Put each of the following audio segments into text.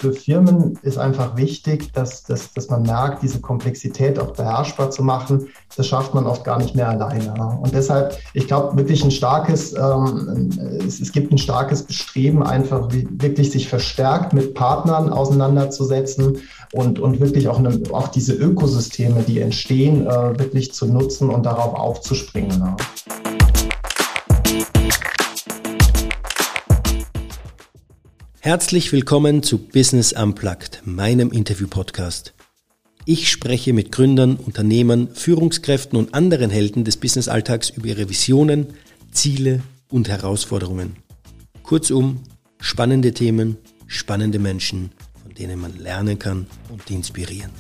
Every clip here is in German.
für Firmen ist einfach wichtig, dass man merkt, diese Komplexität auch beherrschbar zu machen. Das schafft man oft gar nicht mehr alleine. Und deshalb, ich glaube, wirklich es gibt ein starkes Bestreben, einfach wirklich sich verstärkt mit Partnern auseinanderzusetzen und wirklich auch diese Ökosysteme, die entstehen, wirklich zu nutzen und darauf aufzuspringen. Herzlich willkommen zu Business Unplugged, meinem Interview-Podcast. Ich spreche mit Gründern, Unternehmern, Führungskräften und anderen Helden des Business-Alltags über ihre Visionen, Ziele und Herausforderungen. Kurzum, spannende Themen, spannende Menschen, von denen man lernen kann und die inspirieren.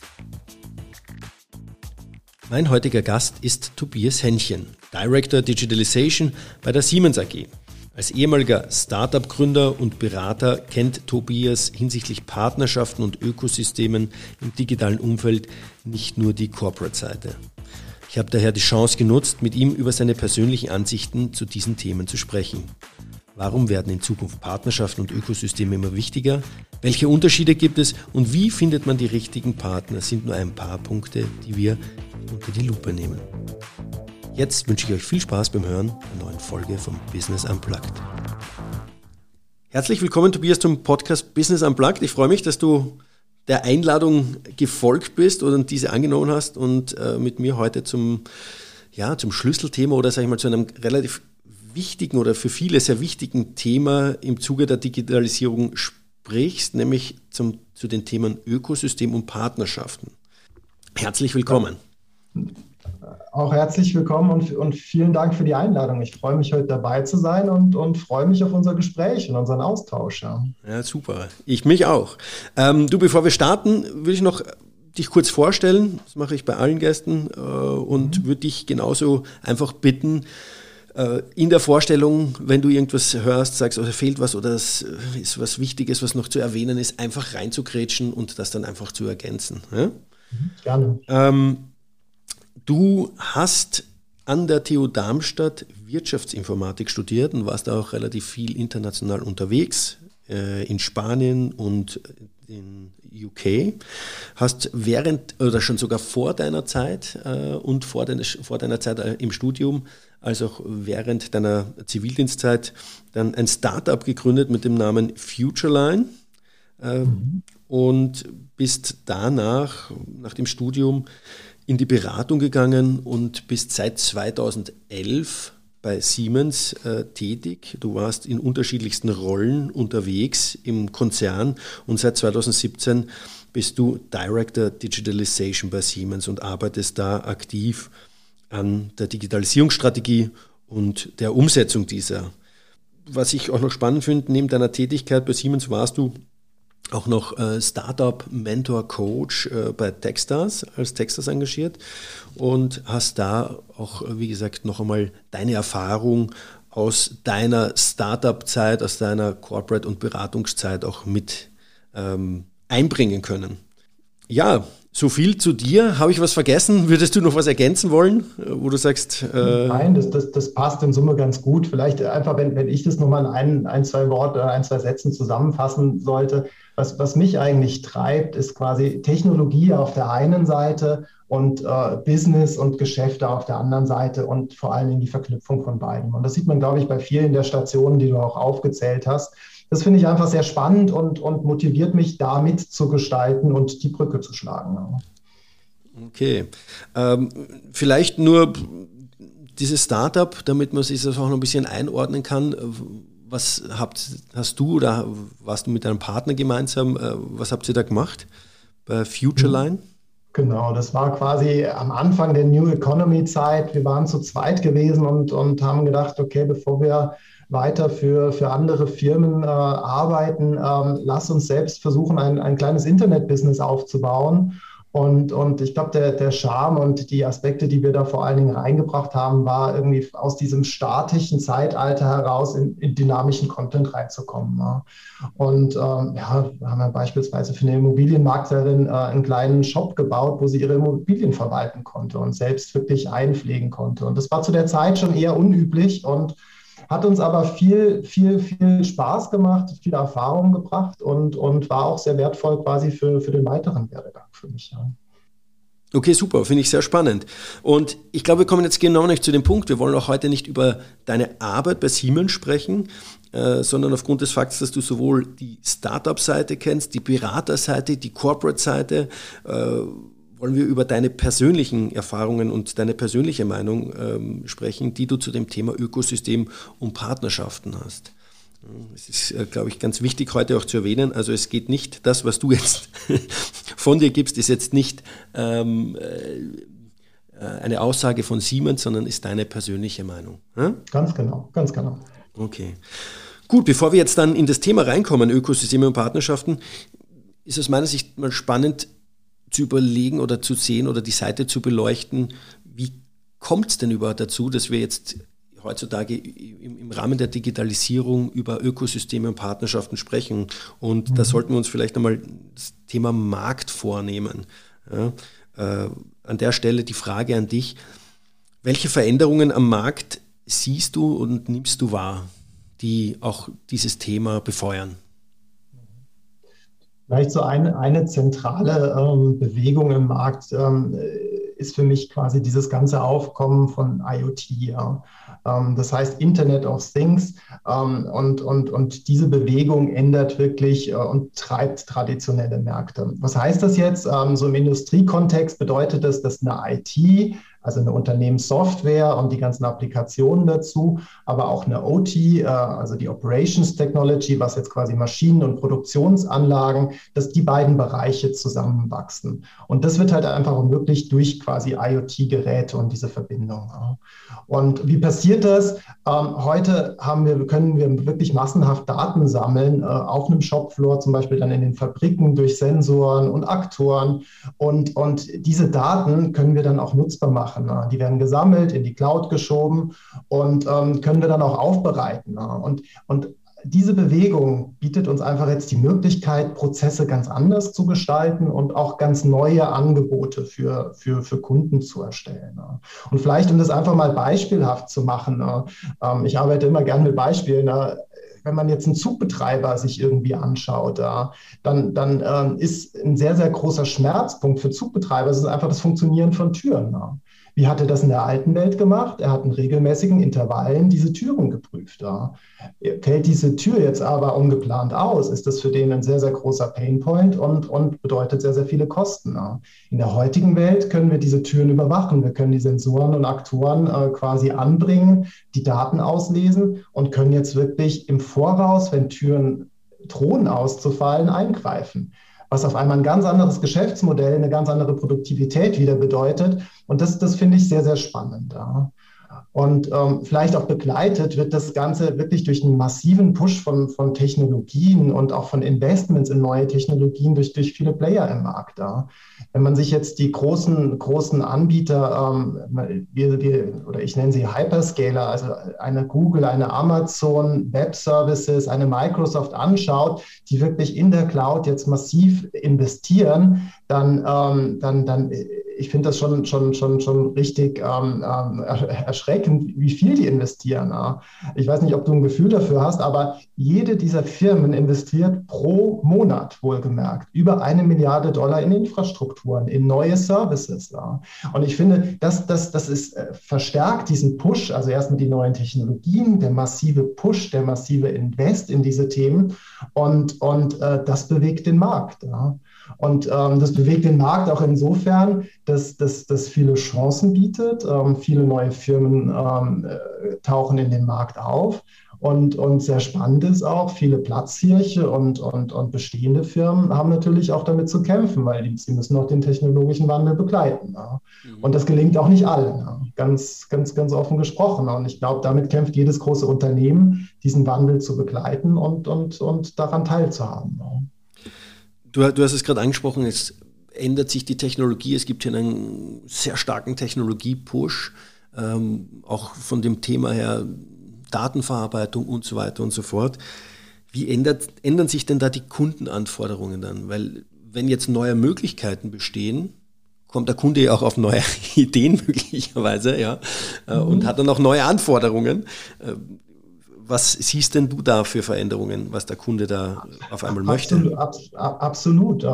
Mein heutiger Gast ist Tobias Henchen, Director Digitalization bei der Siemens AG. Als ehemaliger Startup-Gründer und Berater kennt Tobias hinsichtlich Partnerschaften und Ökosystemen im digitalen Umfeld nicht nur die Corporate-Seite. Ich habe daher die Chance genutzt, mit ihm über seine persönlichen Ansichten zu diesen Themen zu sprechen. Warum werden in Zukunft Partnerschaften und Ökosysteme immer wichtiger? Welche Unterschiede gibt es und wie findet man die richtigen Partner? Das sind nur ein paar Punkte, die wir unter die Lupe nehmen. Jetzt wünsche ich euch viel Spaß beim Hören der neuen Folge vom Business Unplugged. Herzlich willkommen, Tobias, zum Podcast Business Unplugged. Ich freue mich, dass du der Einladung gefolgt bist oder diese angenommen hast und mit mir heute zum Schlüsselthema oder sage ich mal zu einem relativ wichtigen oder für viele sehr wichtigen Thema im Zuge der Digitalisierung sprichst, nämlich zu den Themen Ökosystem und Partnerschaften. Herzlich willkommen. Auch herzlich willkommen und vielen Dank für die Einladung. Ich freue mich, heute dabei zu sein und freue mich auf unser Gespräch und unseren Austausch. Ja, super. Ich mich auch. Bevor wir starten, würde ich noch dich kurz vorstellen. Das mache ich bei allen Gästen und würde dich genauso einfach bitten, in der Vorstellung, wenn du irgendwas hörst, sagst, oder fehlt was oder es ist was Wichtiges, was noch zu erwähnen ist, einfach reinzugrätschen und das dann einfach zu ergänzen. Ja? Gerne. Du hast an der TU Darmstadt Wirtschaftsinformatik studiert und warst da auch relativ viel international unterwegs, in Spanien und in UK. Hast während oder schon sogar vor deiner Zeit und vor deiner Zeit im Studium, als auch während deiner Zivildienstzeit, dann ein Startup gegründet mit dem Namen Futureline und bist danach, nach dem Studium, in die Beratung gegangen und bist seit 2011 bei Siemens tätig. Du warst in unterschiedlichsten Rollen unterwegs im Konzern und seit 2017 bist du Director Digitalization bei Siemens und arbeitest da aktiv an der Digitalisierungsstrategie und der Umsetzung dieser. Was ich auch noch spannend finde, neben deiner Tätigkeit bei Siemens warst du auch noch Startup Mentor Coach bei Techstars, als Techstars engagiert und hast da auch, wie gesagt, noch einmal deine Erfahrung aus deiner Startup-Zeit, aus deiner Corporate- und Beratungszeit auch mit einbringen können. Ja, so viel zu dir. Habe ich was vergessen? Würdest du noch was ergänzen wollen, wo du sagst? Nein, das passt in Summe ganz gut. Vielleicht einfach, wenn ich das nochmal in ein, zwei Sätzen zusammenfassen sollte. Was mich eigentlich treibt, ist quasi Technologie auf der einen Seite und Business und Geschäfte auf der anderen Seite und vor allen Dingen die Verknüpfung von beiden. Und das sieht man, glaube ich, bei vielen der Stationen, die du auch aufgezählt hast. Das finde ich einfach sehr spannend und motiviert mich, da mitzugestalten und die Brücke zu schlagen. Okay. Vielleicht nur dieses Startup, damit man sich das auch noch ein bisschen einordnen kann. Was hast du oder warst du mit deinem Partner gemeinsam, was habt ihr da gemacht bei Futureline? Genau, das war quasi am Anfang der New Economy Zeit. Wir waren zu zweit gewesen und haben gedacht, okay, bevor wir weiter für andere Firmen arbeiten, lass uns selbst versuchen, ein kleines Internet-Business aufzubauen. Und ich glaube, der Charme und die Aspekte, die wir da vor allen Dingen reingebracht haben, war irgendwie aus diesem statischen Zeitalter heraus in dynamischen Content reinzukommen. Ja. Und wir haben ja beispielsweise für eine Immobilienmaklerin einen kleinen Shop gebaut, wo sie ihre Immobilien verwalten konnte und selbst wirklich einpflegen konnte. Und das war zu der Zeit schon eher unüblich und Hat uns aber viel Spaß gemacht, viele Erfahrungen gebracht und war auch sehr wertvoll quasi für den weiteren Werdegang für mich. Ja. Okay, super, finde ich sehr spannend. Und ich glaube, wir kommen jetzt genau nicht zu dem Punkt. Wir wollen auch heute nicht über deine Arbeit bei Siemens sprechen, sondern aufgrund des Fakts, dass du sowohl die Startup-Seite kennst, die Beraterseite, die Corporate-Seite, wollen wir über deine persönlichen Erfahrungen und deine persönliche Meinung sprechen, die du zu dem Thema Ökosystem und Partnerschaften hast. Es ist, glaube ich, ganz wichtig heute auch zu erwähnen, also es geht nicht, das, was du jetzt von dir gibst, ist jetzt nicht eine Aussage von Siemens, sondern ist deine persönliche Meinung. Hm? Ganz genau, ganz genau. Okay. Gut, bevor wir jetzt dann in das Thema reinkommen, Ökosysteme und Partnerschaften, ist aus meiner Sicht mal spannend zu überlegen oder zu sehen oder die Seite zu beleuchten, wie kommt es denn überhaupt dazu, dass wir jetzt heutzutage im Rahmen der Digitalisierung über Ökosysteme und Partnerschaften sprechen. Und da sollten wir uns vielleicht einmal das Thema Markt vornehmen. Ja, an der Stelle die Frage an dich, welche Veränderungen am Markt siehst du und nimmst du wahr, die auch dieses Thema befeuern? Vielleicht so eine zentrale Bewegung im Markt ist für mich quasi dieses ganze Aufkommen von IoT. Ja. Das heißt Internet of Things und diese Bewegung ändert wirklich und treibt traditionelle Märkte. Was heißt das jetzt? So im Industriekontext bedeutet das, dass eine IT, also eine Unternehmenssoftware und die ganzen Applikationen dazu, aber auch eine OT, also die Operations Technology, was jetzt quasi Maschinen und Produktionsanlagen, dass die beiden Bereiche zusammenwachsen. Und das wird halt einfach ermöglicht durch quasi IoT-Geräte und diese Verbindung. Und wie passiert das? Heute können wir wirklich massenhaft Daten sammeln, auf einem Shopfloor, zum Beispiel dann in den Fabriken durch Sensoren und Aktoren. Und diese Daten können wir dann auch nutzbar machen. Die werden gesammelt, in die Cloud geschoben und können wir dann auch aufbereiten. Und diese Bewegung bietet uns einfach jetzt die Möglichkeit, Prozesse ganz anders zu gestalten und auch ganz neue Angebote für Kunden zu erstellen. Und vielleicht, um das einfach mal beispielhaft zu machen, ich arbeite immer gerne mit Beispielen, wenn man jetzt einen Zugbetreiber sich irgendwie anschaut, dann ist ein sehr, sehr großer Schmerzpunkt für Zugbetreiber, es ist einfach das Funktionieren von Türen. Wie hat er das in der alten Welt gemacht? Er hat in regelmäßigen Intervallen diese Türen geprüft. Fällt diese Tür jetzt aber ungeplant aus, ist das für den ein sehr, sehr großer Painpoint und bedeutet sehr, sehr viele Kosten. In der heutigen Welt können wir diese Türen überwachen. Wir können die Sensoren und Aktoren quasi anbringen, die Daten auslesen und können jetzt wirklich im Voraus, wenn Türen drohen auszufallen, eingreifen. Was auf einmal ein ganz anderes Geschäftsmodell, eine ganz andere Produktivität wieder bedeutet. Und das finde ich sehr, sehr spannend. Ja. Und vielleicht auch begleitet wird das Ganze wirklich durch einen massiven Push von Technologien und auch von Investments in neue Technologien durch viele Player im Markt. Ja. Wenn man sich jetzt die großen Anbieter, oder ich nenne sie Hyperscaler, also eine Google, eine Amazon, Web Services, eine Microsoft anschaut, die wirklich in der Cloud jetzt massiv investieren, dann ich finde das schon richtig erschreckend, wie viel die investieren. Ich weiß nicht, ob du ein Gefühl dafür hast, aber jede dieser Firmen investiert pro Monat, wohlgemerkt, über $1 Milliarde in Infrastrukturen, in neue Services. Und ich finde, das verstärkt diesen Push, also erst mit den neuen Technologien, der massive Push, der massive Invest in diese Themen und das bewegt den Markt. Ja. Und das bewegt den Markt auch insofern, dass das viele Chancen bietet. Viele neue Firmen tauchen in den Markt auf. Und sehr spannend ist auch, viele Platzhirsche und bestehende Firmen haben natürlich auch damit zu kämpfen, weil sie müssen auch den technologischen Wandel begleiten. Ja. Und das gelingt auch nicht allen, ja. Ganz offen gesprochen. Und ich glaube, damit kämpft jedes große Unternehmen, diesen Wandel zu begleiten und daran teilzuhaben. Ja. Du hast es gerade angesprochen, es ändert sich die Technologie, es gibt hier einen sehr starken Technologie-Push, auch von dem Thema her Datenverarbeitung und so weiter und so fort. Wie ändern sich denn da die Kundenanforderungen dann? Weil wenn jetzt neue Möglichkeiten bestehen, kommt der Kunde ja auch auf neue Ideen möglicherweise, ja, und hat dann auch neue Anforderungen. Was siehst denn du da für Veränderungen, was der Kunde da auf einmal möchte? Absolut.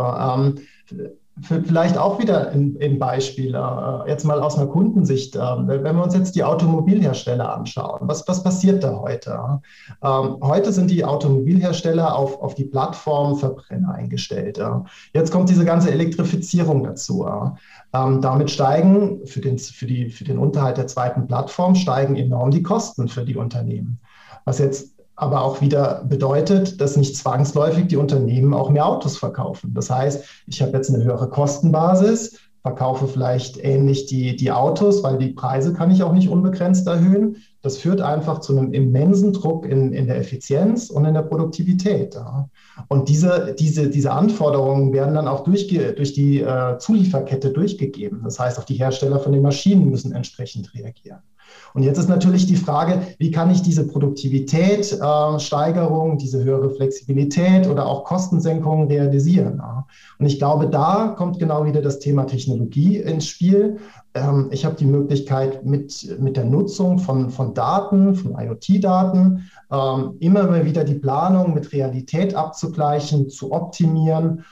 Vielleicht auch wieder im Beispiel, jetzt mal aus einer Kundensicht, wenn wir uns jetzt die Automobilhersteller anschauen, was passiert da heute? Heute sind die Automobilhersteller auf die Plattform Verbrenner eingestellt. Jetzt kommt diese ganze Elektrifizierung dazu. Damit steigen für den Unterhalt der zweiten Plattform steigen enorm die Kosten für die Unternehmen. Was jetzt aber auch wieder bedeutet, dass nicht zwangsläufig die Unternehmen auch mehr Autos verkaufen. Das heißt, ich habe jetzt eine höhere Kostenbasis, verkaufe vielleicht ähnlich die Autos, weil die Preise kann ich auch nicht unbegrenzt erhöhen. Das führt einfach zu einem immensen Druck in der Effizienz und in der Produktivität. Ja. Und diese Anforderungen werden dann auch durch die Zulieferkette durchgegeben. Das heißt, auch die Hersteller von den Maschinen müssen entsprechend reagieren. Und jetzt ist natürlich die Frage, wie kann ich diese Produktivitätssteigerung, diese höhere Flexibilität oder auch Kostensenkungen realisieren? Ja? Und ich glaube, da kommt genau wieder das Thema Technologie ins Spiel. Ich habe die Möglichkeit, mit der Nutzung von Daten, von IoT-Daten, immer mal wieder die Planung mit Realität abzugleichen, zu optimieren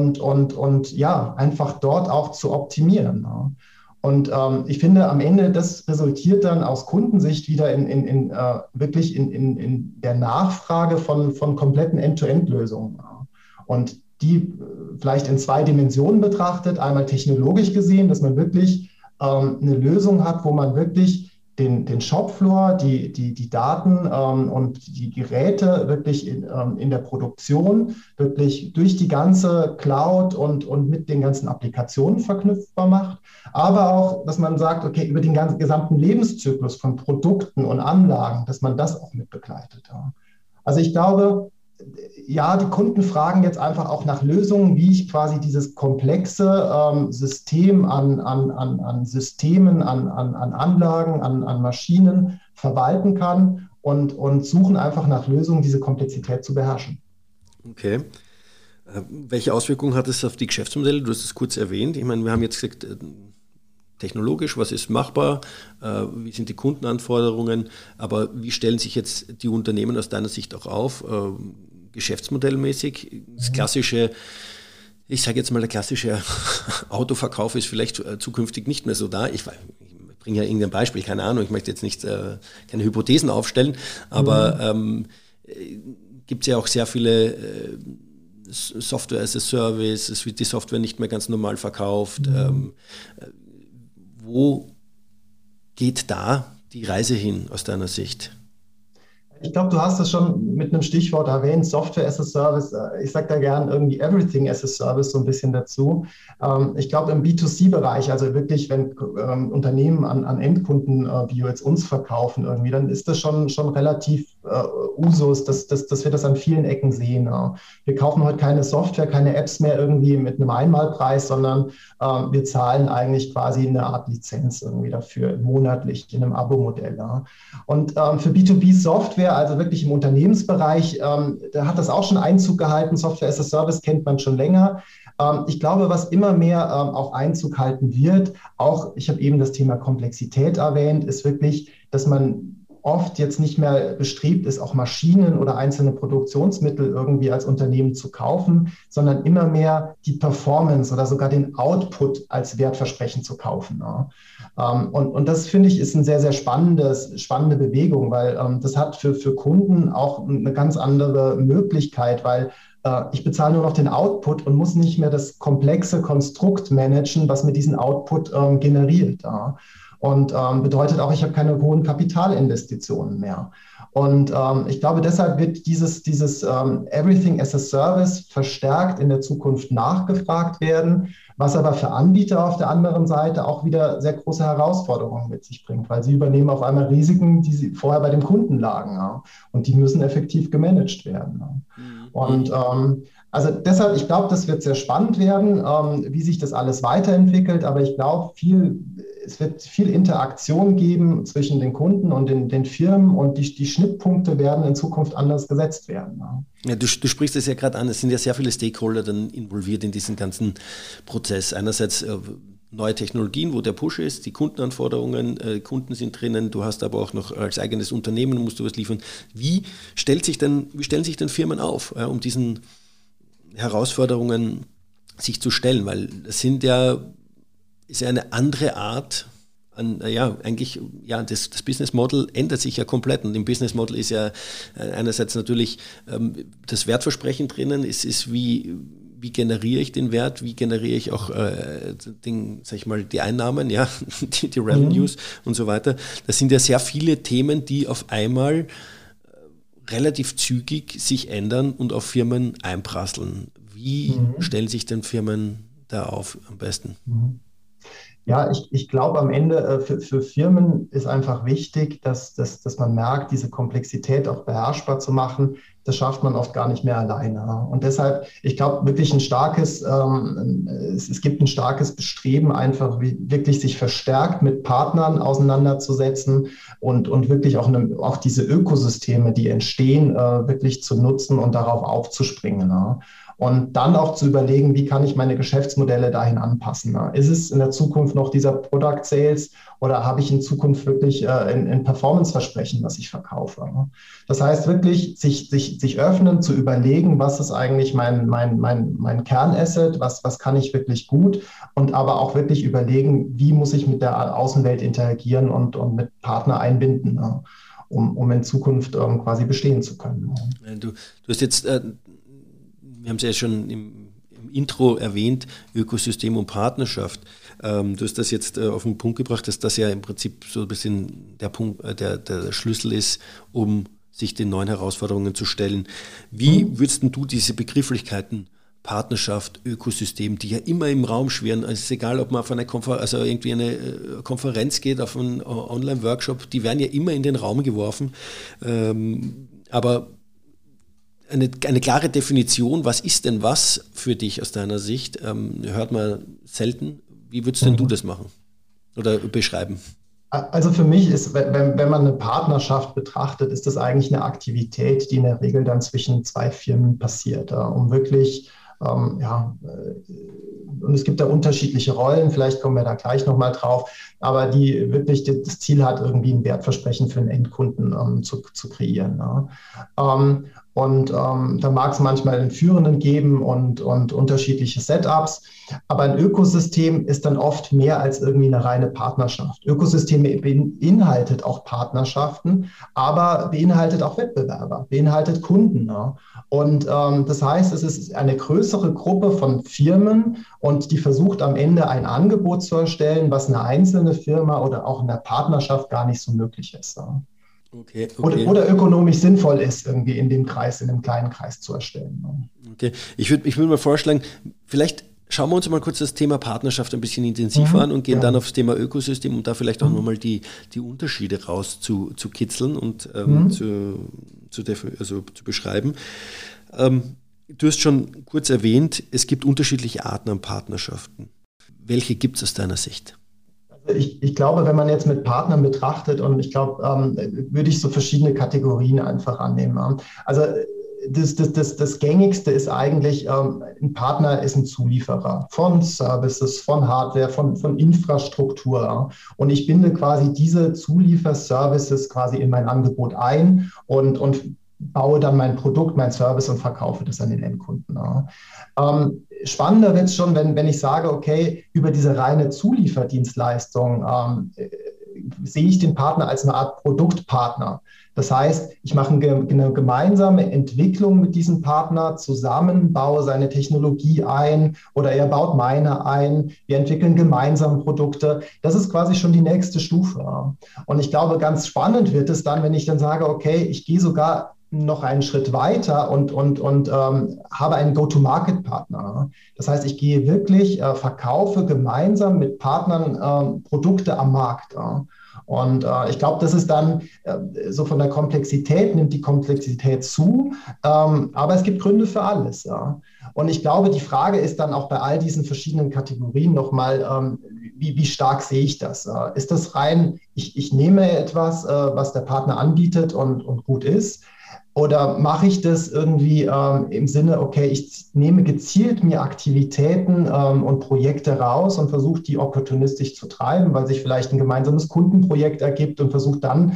und ja, einfach dort auch zu optimieren. Ja? Und ich finde, am Ende, das resultiert dann aus Kundensicht wieder wirklich in der Nachfrage von kompletten End-to-End-Lösungen. Und die vielleicht in zwei Dimensionen betrachtet, einmal technologisch gesehen, dass man wirklich eine Lösung hat, wo man wirklich den Shopfloor, die Daten und die Geräte wirklich in der Produktion wirklich durch die ganze Cloud und mit den ganzen Applikationen verknüpfbar macht, aber auch, dass man sagt, okay, über den gesamten Lebenszyklus von Produkten und Anlagen, dass man das auch mit begleitet. Ja. Also ich glaube, ja, die Kunden fragen jetzt einfach auch nach Lösungen, wie ich quasi dieses komplexe System an Systemen, an Anlagen, an Maschinen verwalten kann und suchen einfach nach Lösungen, diese Komplexität zu beherrschen. Okay. Welche Auswirkungen hat es auf die Geschäftsmodelle? Du hast es kurz erwähnt. Ich meine, wir haben jetzt gesagt, technologisch, was ist machbar, wie sind die Kundenanforderungen, aber wie stellen sich jetzt die Unternehmen aus deiner Sicht auch auf? Geschäftsmodellmäßig, das klassische, ich sage jetzt mal, der klassische Autoverkauf ist vielleicht zukünftig nicht mehr so da. Ich bringe ja irgendein Beispiel, keine Ahnung, ich möchte jetzt nicht keine Hypothesen aufstellen, aber gibt es ja auch sehr viele Software as a Service, es wird die Software nicht mehr ganz normal verkauft. Wo geht da die Reise hin aus deiner Sicht? Ich glaube, du hast es schon mit einem Stichwort erwähnt, Software as a Service. Ich sage da gern irgendwie Everything as a Service so ein bisschen dazu. Ich glaube, im B2C-Bereich, also wirklich, wenn Unternehmen an Endkunden wie jetzt uns verkaufen irgendwie, dann ist das schon relativ Usus, dass wir das an vielen Ecken sehen. Ja. Wir kaufen heute keine Software, keine Apps mehr irgendwie mit einem Einmalpreis, sondern wir zahlen eigentlich quasi eine Art Lizenz irgendwie dafür, monatlich in einem Abo-Modell. Ja. Und für B2B-Software, also wirklich im Unternehmensbereich, da hat das auch schon Einzug gehalten. Software as a Service kennt man schon länger. Ich glaube, was immer mehr auch Einzug halten wird, auch ich habe eben das Thema Komplexität erwähnt, ist wirklich, dass man oft jetzt nicht mehr bestrebt ist, auch Maschinen oder einzelne Produktionsmittel irgendwie als Unternehmen zu kaufen, sondern immer mehr die Performance oder sogar den Output als Wertversprechen zu kaufen. Ja. Und das, finde ich, ist eine sehr, sehr spannende Bewegung, weil das hat für Kunden auch eine ganz andere Möglichkeit, weil ich bezahle nur noch den Output und muss nicht mehr das komplexe Konstrukt managen, was mir diesen Output generiert. Ja. Und bedeutet auch, ich habe keine hohen Kapitalinvestitionen mehr. Und ich glaube, deshalb wird dieses Everything as a Service verstärkt in der Zukunft nachgefragt werden, was aber für Anbieter auf der anderen Seite auch wieder sehr große Herausforderungen mit sich bringt, weil sie übernehmen auf einmal Risiken, die sie vorher bei dem Kunden lagen. Ja, und die müssen effektiv gemanagt werden. Ja. Und also deshalb, ich glaube, das wird sehr spannend werden, wie sich das alles weiterentwickelt, aber ich glaube, es wird viel Interaktion geben zwischen den Kunden und den Firmen und die Schnittpunkte werden in Zukunft anders gesetzt werden. Ja. Ja, du sprichst es ja gerade an, es sind ja sehr viele Stakeholder dann involviert in diesen ganzen Prozess. Einerseits neue Technologien, wo der Push ist, die Kundenanforderungen, Kunden sind drinnen, du hast aber auch noch als eigenes Unternehmen, musst du was liefern. Wie stellen sich denn Firmen auf, um diesen Herausforderungen sich zu stellen? Weil das ist ja eine andere Art das Business Model ändert sich ja komplett und im Business Model ist ja einerseits natürlich das Wertversprechen drinnen, es ist wie generiere ich den Wert, wie generiere ich auch die Einnahmen, ja, die Revenues und so weiter. Das sind ja sehr viele Themen, die auf einmal relativ zügig sich ändern und auf Firmen einprasseln. Wie stellen sich denn Firmen da auf am besten? Ja, ich glaube am Ende für Firmen ist einfach wichtig, dass man merkt, diese Komplexität auch beherrschbar zu machen. Das schafft man oft gar nicht mehr alleine. Und deshalb, ich glaube wirklich es gibt ein starkes Bestreben, einfach wirklich sich verstärkt mit Partnern auseinanderzusetzen und wirklich auch diese Ökosysteme, die entstehen, wirklich zu nutzen und darauf aufzuspringen. Ja. Und dann auch zu überlegen, wie kann ich meine Geschäftsmodelle dahin anpassen? Ist es in der Zukunft noch dieser Product Sales oder habe ich in Zukunft wirklich ein Performance-Versprechen, was ich verkaufe? Das heißt wirklich, sich öffnen, zu überlegen, was ist eigentlich mein Kernasset, was kann ich wirklich gut und aber auch wirklich überlegen, wie muss ich mit der Außenwelt interagieren und mit Partner einbinden, um in Zukunft quasi bestehen zu können. Du hast jetzt... Wir haben es ja schon im Intro erwähnt, Ökosystem und Partnerschaft. Du hast das jetzt auf den Punkt gebracht, dass das ja im Prinzip so ein bisschen der Punkt, der Schlüssel ist, um sich den neuen Herausforderungen zu stellen. Wie würdest du diese Begrifflichkeiten Partnerschaft, Ökosystem, die ja immer im Raum schwirren, also es ist egal, ob man auf eine Konferenz geht, auf einen Online-Workshop, die werden ja immer in den Raum geworfen, aber eine klare Definition, was ist denn was für dich aus deiner Sicht, hört man selten. Wie würdest denn du das machen oder beschreiben? Also für mich ist, wenn man eine Partnerschaft betrachtet, ist das eigentlich eine Aktivität, die in der Regel dann zwischen zwei Firmen passiert, um wirklich, und es gibt da unterschiedliche Rollen, vielleicht kommen wir da gleich nochmal drauf, aber die wirklich das Ziel hat, irgendwie ein Wertversprechen für den Endkunden zu kreieren. Ja. Da mag es manchmal einen Führenden geben und unterschiedliche Setups. Aber ein Ökosystem ist dann oft mehr als irgendwie eine reine Partnerschaft. Ökosysteme beinhaltet auch Partnerschaften, aber beinhaltet auch Wettbewerber, beinhaltet Kunden. Ja. Und das heißt, es ist eine größere Gruppe von Firmen und die versucht am Ende ein Angebot zu erstellen, was eine einzelne Firma oder auch in der Partnerschaft gar nicht so möglich ist. Ja. Okay. Oder ökonomisch sinnvoll ist, irgendwie in dem kleinen Kreis zu erstellen. Okay, ich würde mal vorschlagen, vielleicht schauen wir uns mal kurz das Thema Partnerschaft ein bisschen intensiver an und gehen dann aufs Thema Ökosystem, um da vielleicht auch nochmal die Unterschiede raus zu kitzeln und zu beschreiben. Du hast schon kurz erwähnt, es gibt unterschiedliche Arten an Partnerschaften. Welche gibt es aus deiner Sicht? Ich glaube, wenn man jetzt mit Partnern betrachtet, und ich glaube, würde ich so verschiedene Kategorien einfach annehmen. Also das Gängigste ist eigentlich, ein Partner ist ein Zulieferer von Services, von Hardware, von Infrastruktur. Und ich binde quasi diese Zulieferservices quasi in mein Angebot ein und baue dann mein Produkt, mein Service und verkaufe das an den Endkunden. Spannender wird es schon, wenn ich sage, okay, über diese reine Zulieferdienstleistung sehe ich den Partner als eine Art Produktpartner. Das heißt, ich mache eine gemeinsame Entwicklung mit diesem Partner zusammen, baue seine Technologie ein oder er baut meine ein. Wir entwickeln gemeinsam Produkte. Das ist quasi schon die nächste Stufe. Und ich glaube, ganz spannend wird es dann, wenn ich dann sage, okay, ich gehe sogar noch einen Schritt weiter und habe einen Go-to-Market-Partner. Das heißt, ich gehe wirklich, verkaufe gemeinsam mit Partnern Produkte am Markt. Und ich glaube, das ist dann so von der Komplexität, nimmt die Komplexität zu, aber es gibt Gründe für alles. Ja. Und ich glaube, die Frage ist dann auch bei all diesen verschiedenen Kategorien nochmal, wie stark sehe ich das? Ist das rein, ich nehme etwas, was der Partner anbietet und gut ist? Oder mache ich das irgendwie im Sinne, okay, ich nehme gezielt mir Aktivitäten und Projekte raus und versuche die opportunistisch zu treiben, weil sich vielleicht ein gemeinsames Kundenprojekt ergibt und versuche dann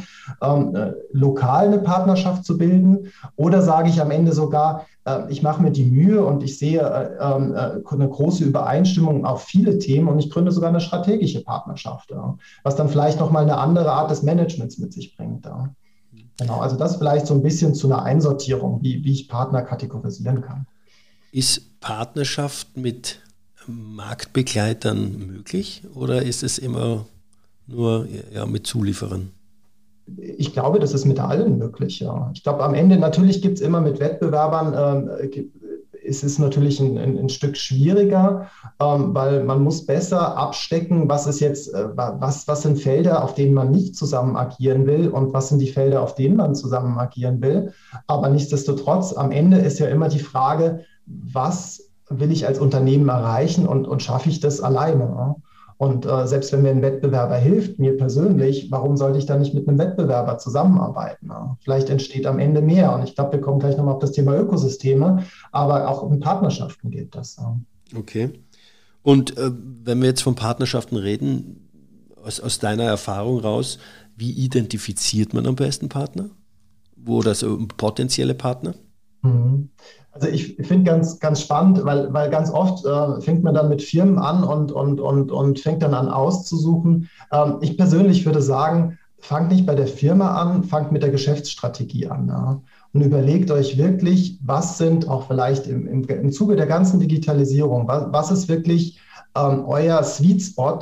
lokal eine Partnerschaft zu bilden? Oder sage ich am Ende sogar, ich mache mir die Mühe und ich sehe eine große Übereinstimmung auf viele Themen und ich gründe sogar eine strategische Partnerschaft, was dann vielleicht nochmal eine andere Art des Managements mit sich bringt. Genau, also das vielleicht so ein bisschen zu einer Einsortierung, wie ich Partner kategorisieren kann. Ist Partnerschaft mit Marktbegleitern möglich oder ist es immer nur mit Zulieferern? Ich glaube, das ist mit allen möglich, ja. Ich glaube, am Ende natürlich gibt es immer mit Wettbewerbern, ist es natürlich ein Stück schwieriger, weil man muss besser abstecken, was ist jetzt, was sind Felder, auf denen man nicht zusammen agieren will und was sind die Felder, auf denen man zusammen agieren will. Aber nichtsdestotrotz, am Ende ist ja immer die Frage, was will ich als Unternehmen erreichen und schaffe ich das alleine? Ja? Und selbst wenn mir ein Wettbewerber hilft, mir persönlich, warum sollte ich dann nicht mit einem Wettbewerber zusammenarbeiten? Ja? Vielleicht entsteht am Ende mehr. Und ich glaube, wir kommen gleich nochmal auf das Thema Ökosysteme, aber auch in Partnerschaften geht das. Ja. Okay. Und wenn wir jetzt von Partnerschaften reden, aus deiner Erfahrung raus, wie identifiziert man am besten Partner? Oder so potenzielle Partner? Also ich finde ganz, ganz spannend, weil ganz oft fängt man dann mit Firmen an und fängt dann an auszusuchen. Ich persönlich würde sagen, fangt nicht bei der Firma an, fangt mit der Geschäftsstrategie an. Ja? Und überlegt euch wirklich, was sind auch vielleicht im Zuge der ganzen Digitalisierung, was ist wirklich euer Sweet Spot,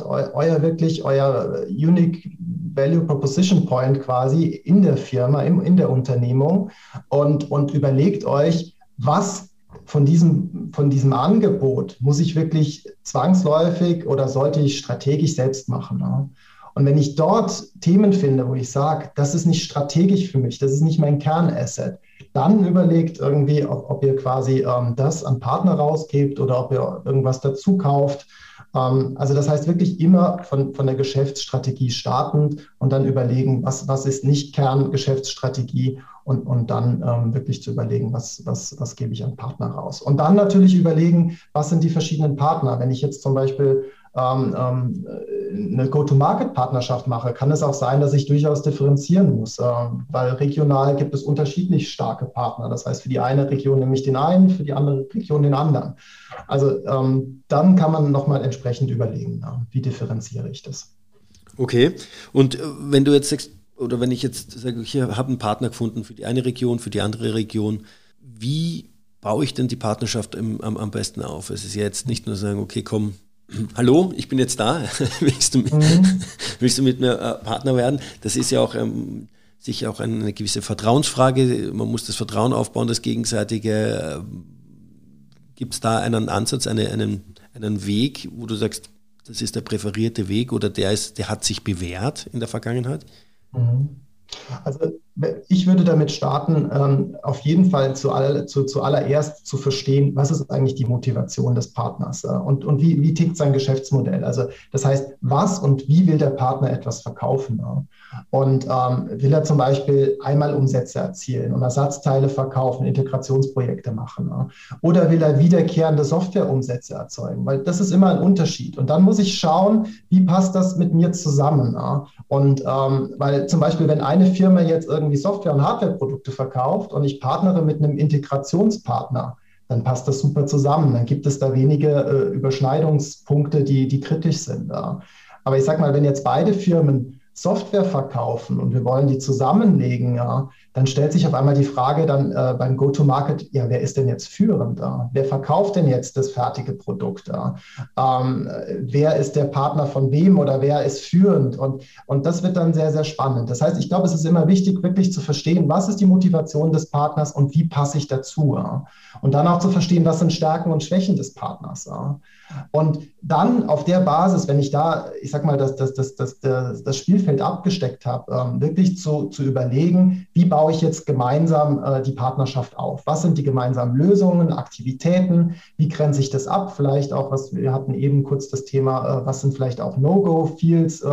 euer Unique Value Proposition Point quasi in der Firma, in der Unternehmung und überlegt euch, was von diesem Angebot muss ich wirklich zwangsläufig oder sollte ich strategisch selbst machen? Ja? Und wenn ich dort Themen finde, wo ich sage, das ist nicht strategisch für mich, das ist nicht mein Kernasset, dann überlegt irgendwie, ob ihr quasi das an Partner rausgebt oder ob ihr irgendwas dazu kauft. Also das heißt wirklich immer von der Geschäftsstrategie startend und dann überlegen, was ist nicht Kerngeschäftsstrategie und dann wirklich zu überlegen, was gebe ich an Partner raus. Und dann natürlich überlegen, was sind die verschiedenen Partner. Wenn ich jetzt zum Beispiel eine Go-to-Market-Partnerschaft mache, kann es auch sein, dass ich durchaus differenzieren muss, weil regional gibt es unterschiedlich starke Partner. Das heißt, für die eine Region nehme ich den einen, für die andere Region den anderen. Also dann kann man nochmal entsprechend überlegen, wie differenziere ich das. Okay, und wenn du jetzt sagst, oder wenn ich jetzt sage, ich habe einen Partner gefunden für die eine Region, für die andere Region, wie baue ich denn die Partnerschaft am besten auf? Es ist ja jetzt nicht nur sagen, okay, komm, hallo, ich bin jetzt da, willst du mit mir Partner werden? Das ist ja auch sicher auch eine gewisse Vertrauensfrage. Man muss das Vertrauen aufbauen, das Gegenseitige. Gibt es da einen Ansatz, einen Weg, wo du sagst, das ist der präferierte Weg oder der hat sich bewährt in der Vergangenheit? Also ich würde damit starten, auf jeden Fall zuallererst zu verstehen, was ist eigentlich die Motivation des Partners und wie tickt sein Geschäftsmodell. Also das heißt, was und wie will der Partner etwas verkaufen? Und will er zum Beispiel einmal Umsätze erzielen und Ersatzteile verkaufen, Integrationsprojekte machen? Oder will er wiederkehrende Softwareumsätze erzeugen? Weil das ist immer ein Unterschied. Und dann muss ich schauen, wie passt das mit mir zusammen? Und weil zum Beispiel, wenn eine Firma jetzt irgendwie Software- und Hardwareprodukte verkauft und ich partnere mit einem Integrationspartner, dann passt das super zusammen. Dann gibt es da wenige Überschneidungspunkte, die kritisch sind. Aber ich sage mal, wenn jetzt beide Firmen Software verkaufen und wir wollen die zusammenlegen, dann stellt sich auf einmal die Frage dann beim Go-to-Market, wer ist denn jetzt führend da? Wer verkauft denn jetzt das fertige Produkt da? Wer ist der Partner von wem oder wer ist führend? Und das wird dann sehr, sehr spannend. Das heißt, ich glaube, es ist immer wichtig, wirklich zu verstehen, was ist die Motivation des Partners und wie passe ich dazu? Und dann auch zu verstehen, was sind Stärken und Schwächen des Partners. Und dann auf der Basis, wenn ich da, ich sag mal, das Spielfeld abgesteckt habe, wirklich zu überlegen, wie baue baue ich jetzt gemeinsam die Partnerschaft auf? Was sind die gemeinsamen Lösungen, Aktivitäten? Wie grenze ich das ab? Vielleicht auch, wir hatten eben kurz das Thema, was sind vielleicht auch No-Go-Fields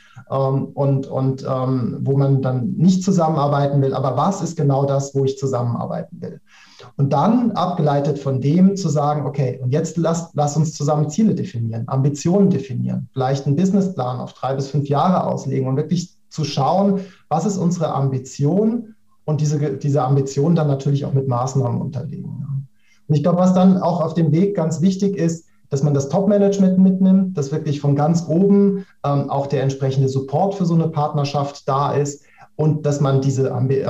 wo man dann nicht zusammenarbeiten will. Aber was ist genau das, wo ich zusammenarbeiten will? Und dann, abgeleitet von dem, zu sagen, okay, und jetzt lass uns zusammen Ziele definieren, Ambitionen definieren, vielleicht einen Businessplan auf 3 bis 5 Jahre auslegen und wirklich zu schauen, was ist unsere Ambition und diese Ambition dann natürlich auch mit Maßnahmen unterlegen. Und ich glaube, was dann auch auf dem Weg ganz wichtig ist, dass man das Top-Management mitnimmt, dass wirklich von ganz oben auch der entsprechende Support für so eine Partnerschaft da ist und dass man diese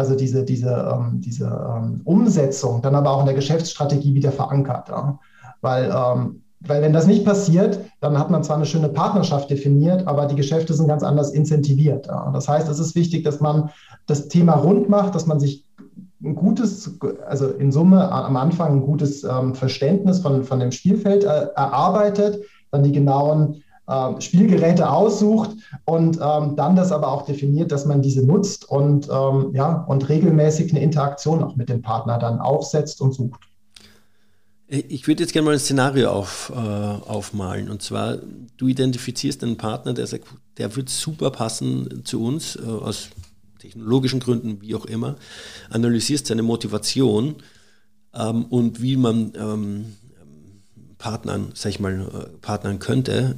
Umsetzung dann aber auch in der Geschäftsstrategie wieder verankert. Ja? Weil wenn das nicht passiert, dann hat man zwar eine schöne Partnerschaft definiert, aber die Geschäfte sind ganz anders incentiviert. Ja? Das heißt, es ist wichtig, dass man das Thema rund macht, dass man sich ein gutes, also in Summe am Anfang ein gutes Verständnis von dem Spielfeld erarbeitet, dann die genauen Spielgeräte aussucht und dann das aber auch definiert, dass man diese nutzt und regelmäßig eine Interaktion auch mit dem Partner dann aufsetzt und sucht. Ich würde jetzt gerne mal ein Szenario aufmalen. Und zwar, du identifizierst einen Partner, der sagt, der wird super passen zu uns, aus technologischen Gründen, wie auch immer, analysierst seine Motivation und wie man partnern könnte.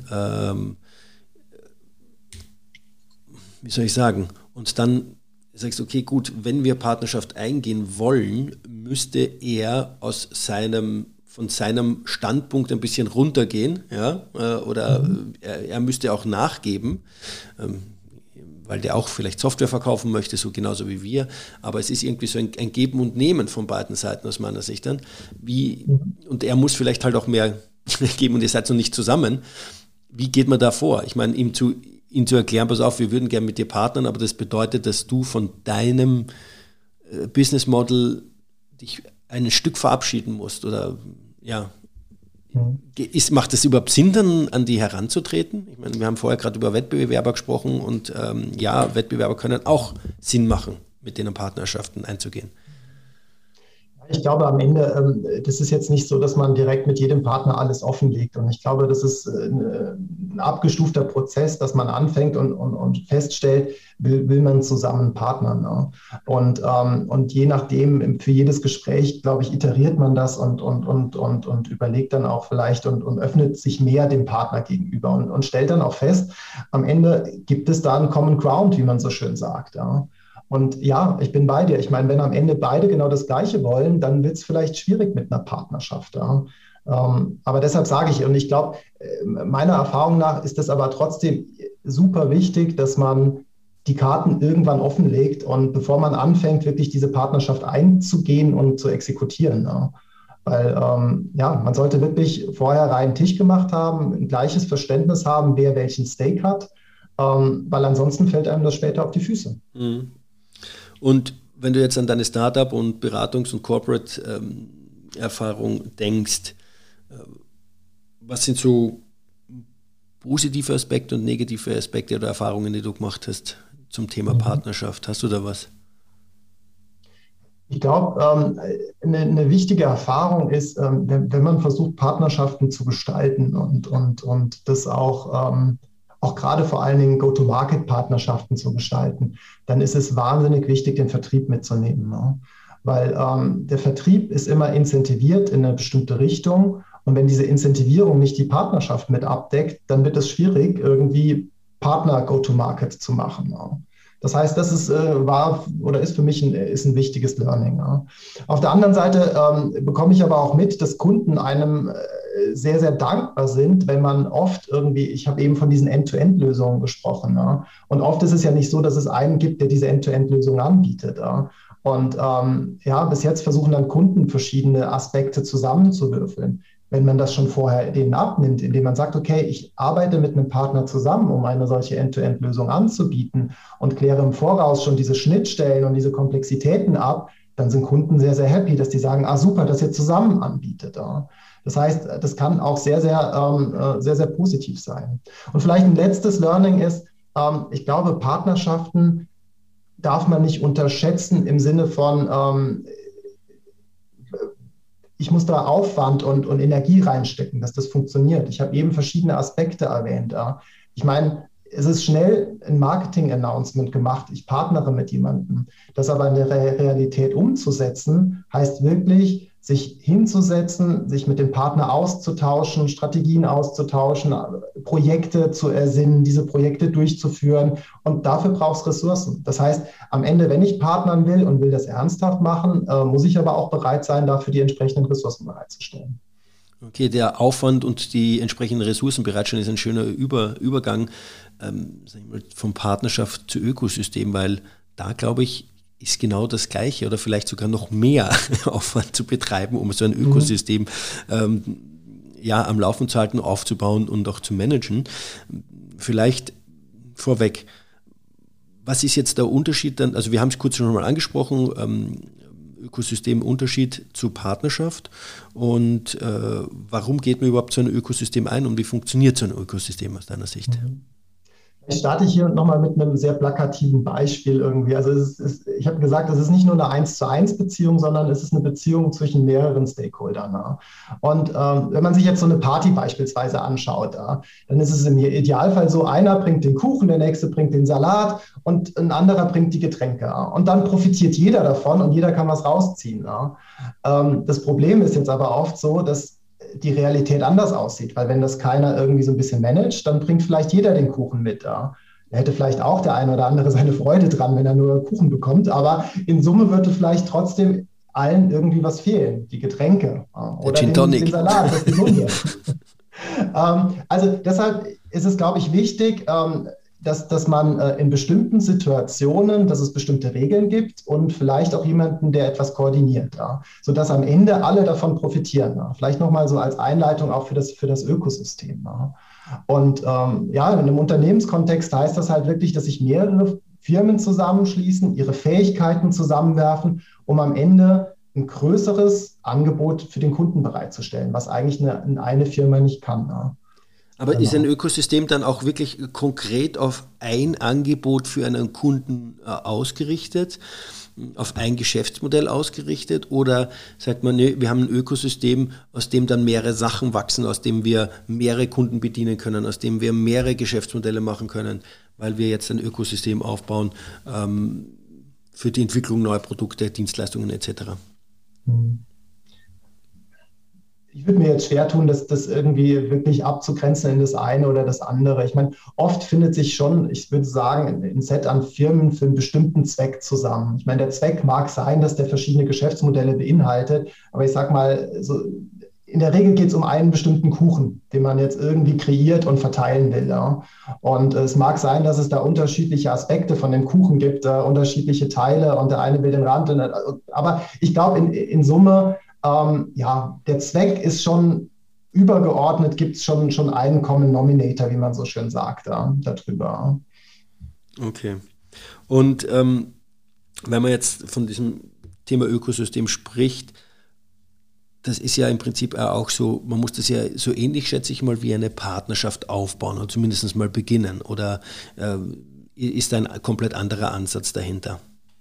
Wie soll ich sagen? Und dann sagst du, okay, gut, wenn wir Partnerschaft eingehen wollen, müsste er von seinem Standpunkt ein bisschen runtergehen, ja, oder er müsste auch nachgeben, weil der auch vielleicht Software verkaufen möchte, so genauso wie wir, aber es ist irgendwie so ein Geben und Nehmen von beiden Seiten aus meiner Sicht dann, und er muss vielleicht halt auch mehr geben und ihr seid so nicht zusammen. Wie geht man da vor? Ich meine, ihm zu erklären, pass auf, wir würden gerne mit dir partnern, aber das bedeutet, dass du von deinem Business Model dich ein Stück verabschieden musst, oder ja. Macht es überhaupt Sinn, dann an die heranzutreten? Ich meine, wir haben vorher gerade über Wettbewerber gesprochen und Wettbewerber können auch Sinn machen, mit denen Partnerschaften einzugehen. Ich glaube, am Ende, das ist jetzt nicht so, dass man direkt mit jedem Partner alles offenlegt. Und ich glaube, das ist ein abgestufter Prozess, dass man anfängt und feststellt, will man zusammen partnern. Ne? Und je nachdem, für jedes Gespräch, glaube ich, iteriert man das und überlegt dann auch vielleicht und öffnet sich mehr dem Partner gegenüber und stellt dann auch fest, am Ende gibt es da einen Common Ground, wie man so schön sagt. Ja? Und ja, ich bin bei dir. Ich meine, wenn am Ende beide genau das Gleiche wollen, dann wird es vielleicht schwierig mit einer Partnerschaft. Ja. Aber deshalb sage ich, und ich glaube, meiner Erfahrung nach ist es aber trotzdem super wichtig, dass man die Karten irgendwann offenlegt und bevor man anfängt, wirklich diese Partnerschaft einzugehen und zu exekutieren. Ja. Weil man sollte wirklich vorher reinen Tisch gemacht haben, ein gleiches Verständnis haben, wer welchen Stake hat, weil ansonsten fällt einem das später auf die Füße. Mhm. Und wenn du jetzt an deine Startup- und Beratungs- und Corporate-Erfahrung denkst, was sind so positive Aspekte und negative Aspekte oder Erfahrungen, die du gemacht hast zum Thema Partnerschaft? Hast du da was? Ich glaube, eine wichtige Erfahrung ist, wenn man versucht, Partnerschaften zu gestalten und das auch gerade vor allen Dingen Go-to-Market-Partnerschaften zu gestalten, dann ist es wahnsinnig wichtig, den Vertrieb mitzunehmen. Ne? Weil der Vertrieb ist immer incentiviert in eine bestimmte Richtung. Und wenn diese Incentivierung nicht die Partnerschaft mit abdeckt, dann wird es schwierig, irgendwie Partner Go-to-Market zu machen. Ne? Das heißt, das ist für mich ein wichtiges Learning. Ja. Auf der anderen Seite bekomme ich aber auch mit, dass Kunden einem sehr, sehr dankbar sind, wenn man oft ich habe eben von diesen End-to-End-Lösungen gesprochen. Ja. Und oft ist es ja nicht so, dass es einen gibt, der diese End-to-End-Lösung anbietet. Ja. Und bis jetzt versuchen dann Kunden verschiedene Aspekte zusammenzuwürfeln. Wenn man das schon vorher denen abnimmt, indem man sagt, okay, ich arbeite mit einem Partner zusammen, um eine solche End-to-End-Lösung anzubieten und kläre im Voraus schon diese Schnittstellen und diese Komplexitäten ab, dann sind Kunden sehr, sehr happy, dass die sagen, super, dass ihr zusammen anbietet. Ja. Das heißt, das kann auch sehr, sehr, sehr, sehr positiv sein. Und vielleicht ein letztes Learning ist, ich glaube, Partnerschaften, darf man nicht unterschätzen im Sinne von, ich muss da Aufwand und Energie reinstecken, dass das funktioniert. Ich habe eben verschiedene Aspekte erwähnt. Ja. Ich meine, es ist schnell ein Marketing-Announcement gemacht, ich partnere mit jemandem. Das aber in der Realität umzusetzen, heißt wirklich, sich hinzusetzen, sich mit dem Partner auszutauschen, Strategien auszutauschen, Projekte zu ersinnen, diese Projekte durchzuführen. Und dafür braucht es Ressourcen. Das heißt, am Ende, wenn ich partnern will und will das ernsthaft machen, muss ich aber auch bereit sein, dafür die entsprechenden Ressourcen bereitzustellen. Okay, der Aufwand und die entsprechenden Ressourcen bereitstellen ist ein schöner Übergang von Partnerschaft zu Ökosystem, weil da, glaube ich, ist genau das Gleiche oder vielleicht sogar noch mehr Aufwand zu betreiben, um so ein Ökosystem am Laufen zu halten, aufzubauen und auch zu managen. Vielleicht vorweg, was ist jetzt der Unterschied dann, also wir haben es kurz schon mal angesprochen, Ökosystemunterschied zu Partnerschaft und warum geht man überhaupt so ein Ökosystem ein und wie funktioniert so ein Ökosystem aus deiner Sicht? Ich starte hier nochmal mit einem sehr plakativen Beispiel irgendwie. Also ich habe gesagt, es ist nicht nur eine 1:1 Beziehung, sondern es ist eine Beziehung zwischen mehreren Stakeholdern. Ja. Und wenn man sich jetzt so eine Party beispielsweise anschaut, ja, dann ist es im Idealfall so, einer bringt den Kuchen, der nächste bringt den Salat und ein anderer bringt die Getränke. Ja. Und dann profitiert jeder davon und jeder kann was rausziehen. Ja. Das Problem ist jetzt aber oft so, dass die Realität anders aussieht, weil wenn das keiner irgendwie so ein bisschen managt, dann bringt vielleicht jeder den Kuchen mit. Ja. Da hätte vielleicht auch der eine oder andere seine Freude dran, wenn er nur Kuchen bekommt, aber in Summe würde vielleicht trotzdem allen irgendwie was fehlen, die Getränke oder den Salat, das Gesunde. Also deshalb ist es, glaube ich, wichtig, dass man in bestimmten Situationen, dass es bestimmte Regeln gibt und vielleicht auch jemanden, der etwas koordiniert, ja, sodass am Ende alle davon profitieren. Ja. Vielleicht nochmal so als Einleitung auch für das Ökosystem. Ja. Und in einem Unternehmenskontext heißt das halt wirklich, dass sich mehrere Firmen zusammenschließen, ihre Fähigkeiten zusammenwerfen, um am Ende ein größeres Angebot für den Kunden bereitzustellen, was eigentlich eine Firma nicht kann. Ja. Aber genau. Ist ein Ökosystem dann auch wirklich konkret auf ein Angebot für einen Kunden ausgerichtet, auf ein Geschäftsmodell ausgerichtet oder sagt man, nee, wir haben ein Ökosystem, aus dem dann mehrere Sachen wachsen, aus dem wir mehrere Kunden bedienen können, aus dem wir mehrere Geschäftsmodelle machen können, weil wir jetzt ein Ökosystem aufbauen für die Entwicklung neuer Produkte, Dienstleistungen etc.? Ich würde mir jetzt schwer tun, das irgendwie wirklich abzugrenzen in das eine oder das andere. Ich meine, oft findet sich schon, ich würde sagen, ein Set an Firmen für einen bestimmten Zweck zusammen. Ich meine, der Zweck mag sein, dass der verschiedene Geschäftsmodelle beinhaltet, aber ich sage mal, so, in der Regel geht es um einen bestimmten Kuchen, den man jetzt irgendwie kreiert und verteilen will. Ja. Und es mag sein, dass es da unterschiedliche Aspekte von dem Kuchen gibt, unterschiedliche Teile und der eine will den Rand. Aber ich glaube, in Summe, der Zweck ist schon übergeordnet, gibt es schon einen Common Nominator, wie man so schön sagt, darüber. Okay. Und wenn man jetzt von diesem Thema Ökosystem spricht, das ist ja im Prinzip auch so, man muss das ja so ähnlich, schätze ich mal, wie eine Partnerschaft aufbauen oder zumindest mal beginnen. Oder ist da ein komplett anderer Ansatz dahinter?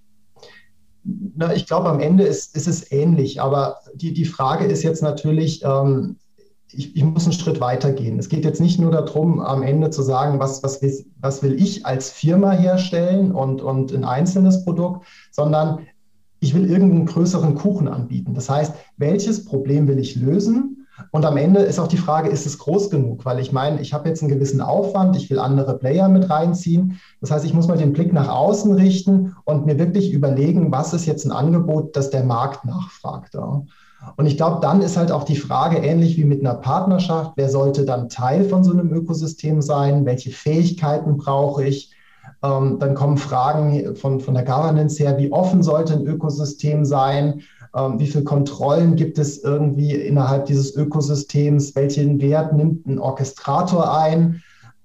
Na, ich glaube, am Ende ist es ähnlich, aber die Frage ist jetzt natürlich, ich muss einen Schritt weiter gehen. Es geht jetzt nicht nur darum, am Ende zu sagen, was will ich als Firma herstellen und ein einzelnes Produkt, sondern ich will irgendeinen größeren Kuchen anbieten. Das heißt, welches Problem will ich lösen? Und am Ende ist auch die Frage, ist es groß genug? Weil ich meine, ich habe jetzt einen gewissen Aufwand, ich will andere Player mit reinziehen. Das heißt, ich muss mal den Blick nach außen richten und mir wirklich überlegen, was ist jetzt ein Angebot, das der Markt nachfragt. Ja. Und ich glaube, dann ist halt auch die Frage, ähnlich wie mit einer Partnerschaft, wer sollte dann Teil von so einem Ökosystem sein? Welche Fähigkeiten brauche ich? Dann kommen Fragen von der Governance her, wie offen sollte ein Ökosystem sein? Wie viele Kontrollen gibt es irgendwie innerhalb dieses Ökosystems? Welchen Wert nimmt ein Orchestrator ein?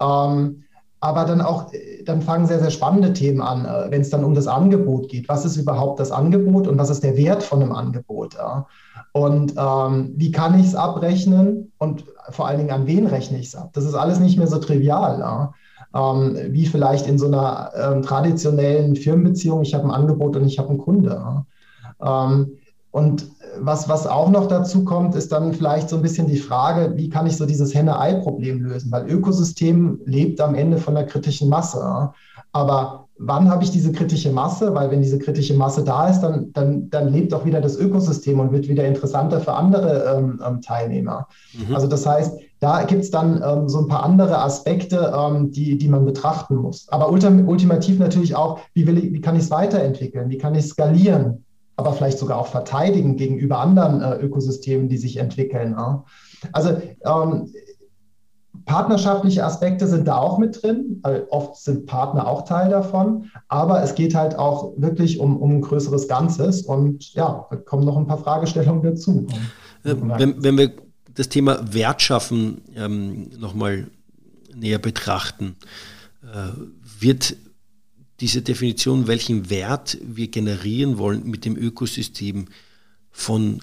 Aber dann fangen sehr, sehr spannende Themen an, wenn es dann um das Angebot geht. Was ist überhaupt das Angebot und was ist der Wert von einem Angebot? Ja? Und wie kann ich es abrechnen und vor allen Dingen, an wen rechne ich es ab? Das ist alles nicht mehr so trivial. Ja? wie vielleicht in so einer traditionellen Firmenbeziehung, ich habe ein Angebot und ich habe einen Kunde. Ja. Und was auch noch dazu kommt, ist dann vielleicht so ein bisschen die Frage, wie kann ich so dieses Henne-Ei-Problem lösen? Weil Ökosystem lebt am Ende von der kritischen Masse. Ja. Aber wann habe ich diese kritische Masse? Weil wenn diese kritische Masse da ist, dann lebt auch wieder das Ökosystem und wird wieder interessanter für andere Teilnehmer. Mhm. Also das heißt, da gibt es dann so ein paar andere Aspekte, die man betrachten muss. Aber ultimativ natürlich auch, wie kann ich es weiterentwickeln? Wie kann ich skalieren? Aber vielleicht sogar auch verteidigen gegenüber anderen Ökosystemen, die sich entwickeln. Ja. Also partnerschaftliche Aspekte sind da auch mit drin. Oft sind Partner auch Teil davon. Aber es geht halt auch wirklich um ein größeres Ganzes. Und ja, da kommen noch ein paar Fragestellungen dazu. Wenn wir das Thema Wertschaffen nochmal näher betrachten, wird diese Definition, welchen Wert wir generieren wollen mit dem Ökosystem, von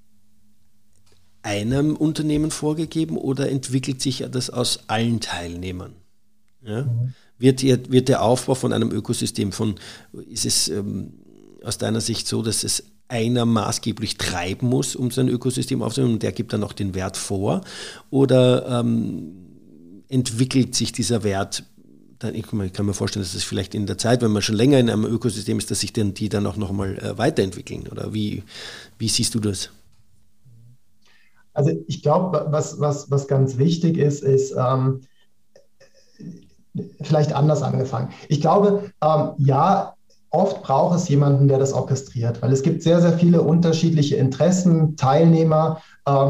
einem Unternehmen vorgegeben oder entwickelt sich das aus allen Teilnehmern? Ja? Wird der Aufbau von einem Ökosystem ist es aus deiner Sicht so, dass es einer maßgeblich treiben muss, um sein Ökosystem aufzunehmen und der gibt dann auch den Wert vor? Oder entwickelt sich dieser Wert? Ich kann mir vorstellen, dass es vielleicht in der Zeit, wenn man schon länger in einem Ökosystem ist, dass sich die dann auch noch mal weiterentwickeln. Oder wie siehst du das? Also ich glaube, was ganz wichtig ist vielleicht anders angefangen. Ich glaube, ja, oft braucht es jemanden, der das orchestriert, weil es gibt sehr, sehr viele unterschiedliche Interessen, Teilnehmer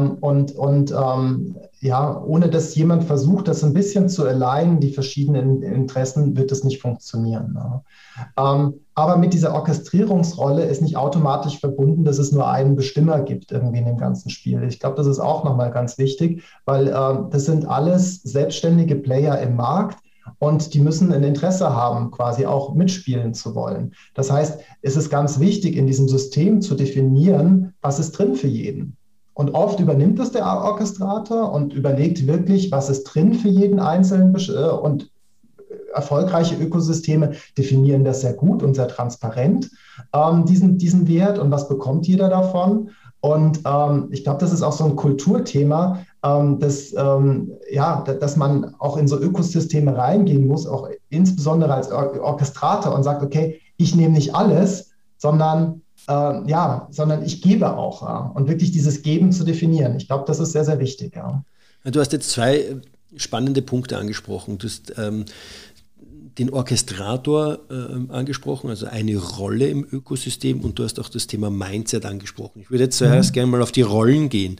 ja, ohne dass jemand versucht, das ein bisschen zu alignen, die verschiedenen Interessen, wird es nicht funktionieren. Ne? Aber mit dieser Orchestrierungsrolle ist nicht automatisch verbunden, dass es nur einen Bestimmer gibt irgendwie in dem ganzen Spiel. Ich glaube, das ist auch nochmal ganz wichtig, weil das sind alles selbstständige Player im Markt. Und die müssen ein Interesse haben, quasi auch mitspielen zu wollen. Das heißt, es ist ganz wichtig, in diesem System zu definieren, was ist drin für jeden. Und oft übernimmt es der Orchestrator und überlegt wirklich, was ist drin für jeden Einzelnen. Und erfolgreiche Ökosysteme definieren das sehr gut und sehr transparent, diesen Wert und was bekommt jeder davon. Und ich glaube, das ist auch so ein Kulturthema, dass man auch in so Ökosysteme reingehen muss, auch insbesondere als Orchestrator und sagt, okay, ich nehme nicht alles, sondern ich gebe auch. Ja, und wirklich dieses Geben zu definieren. Ich glaube, das ist sehr, sehr wichtig. Ja. Du hast jetzt zwei spannende Punkte angesprochen. Du hast den Orchestrator angesprochen, also eine Rolle im Ökosystem, und du hast auch das Thema Mindset angesprochen. Ich würde jetzt zuerst gerne mal auf die Rollen gehen.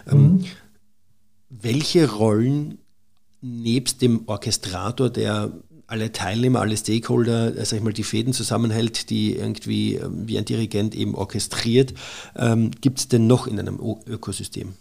Welche Rollen nebst dem Orchestrator, der alle Teilnehmer, alle Stakeholder, sag ich mal, die Fäden zusammenhält, die irgendwie wie ein Dirigent eben orchestriert, gibt es denn noch in einem Ökosystem?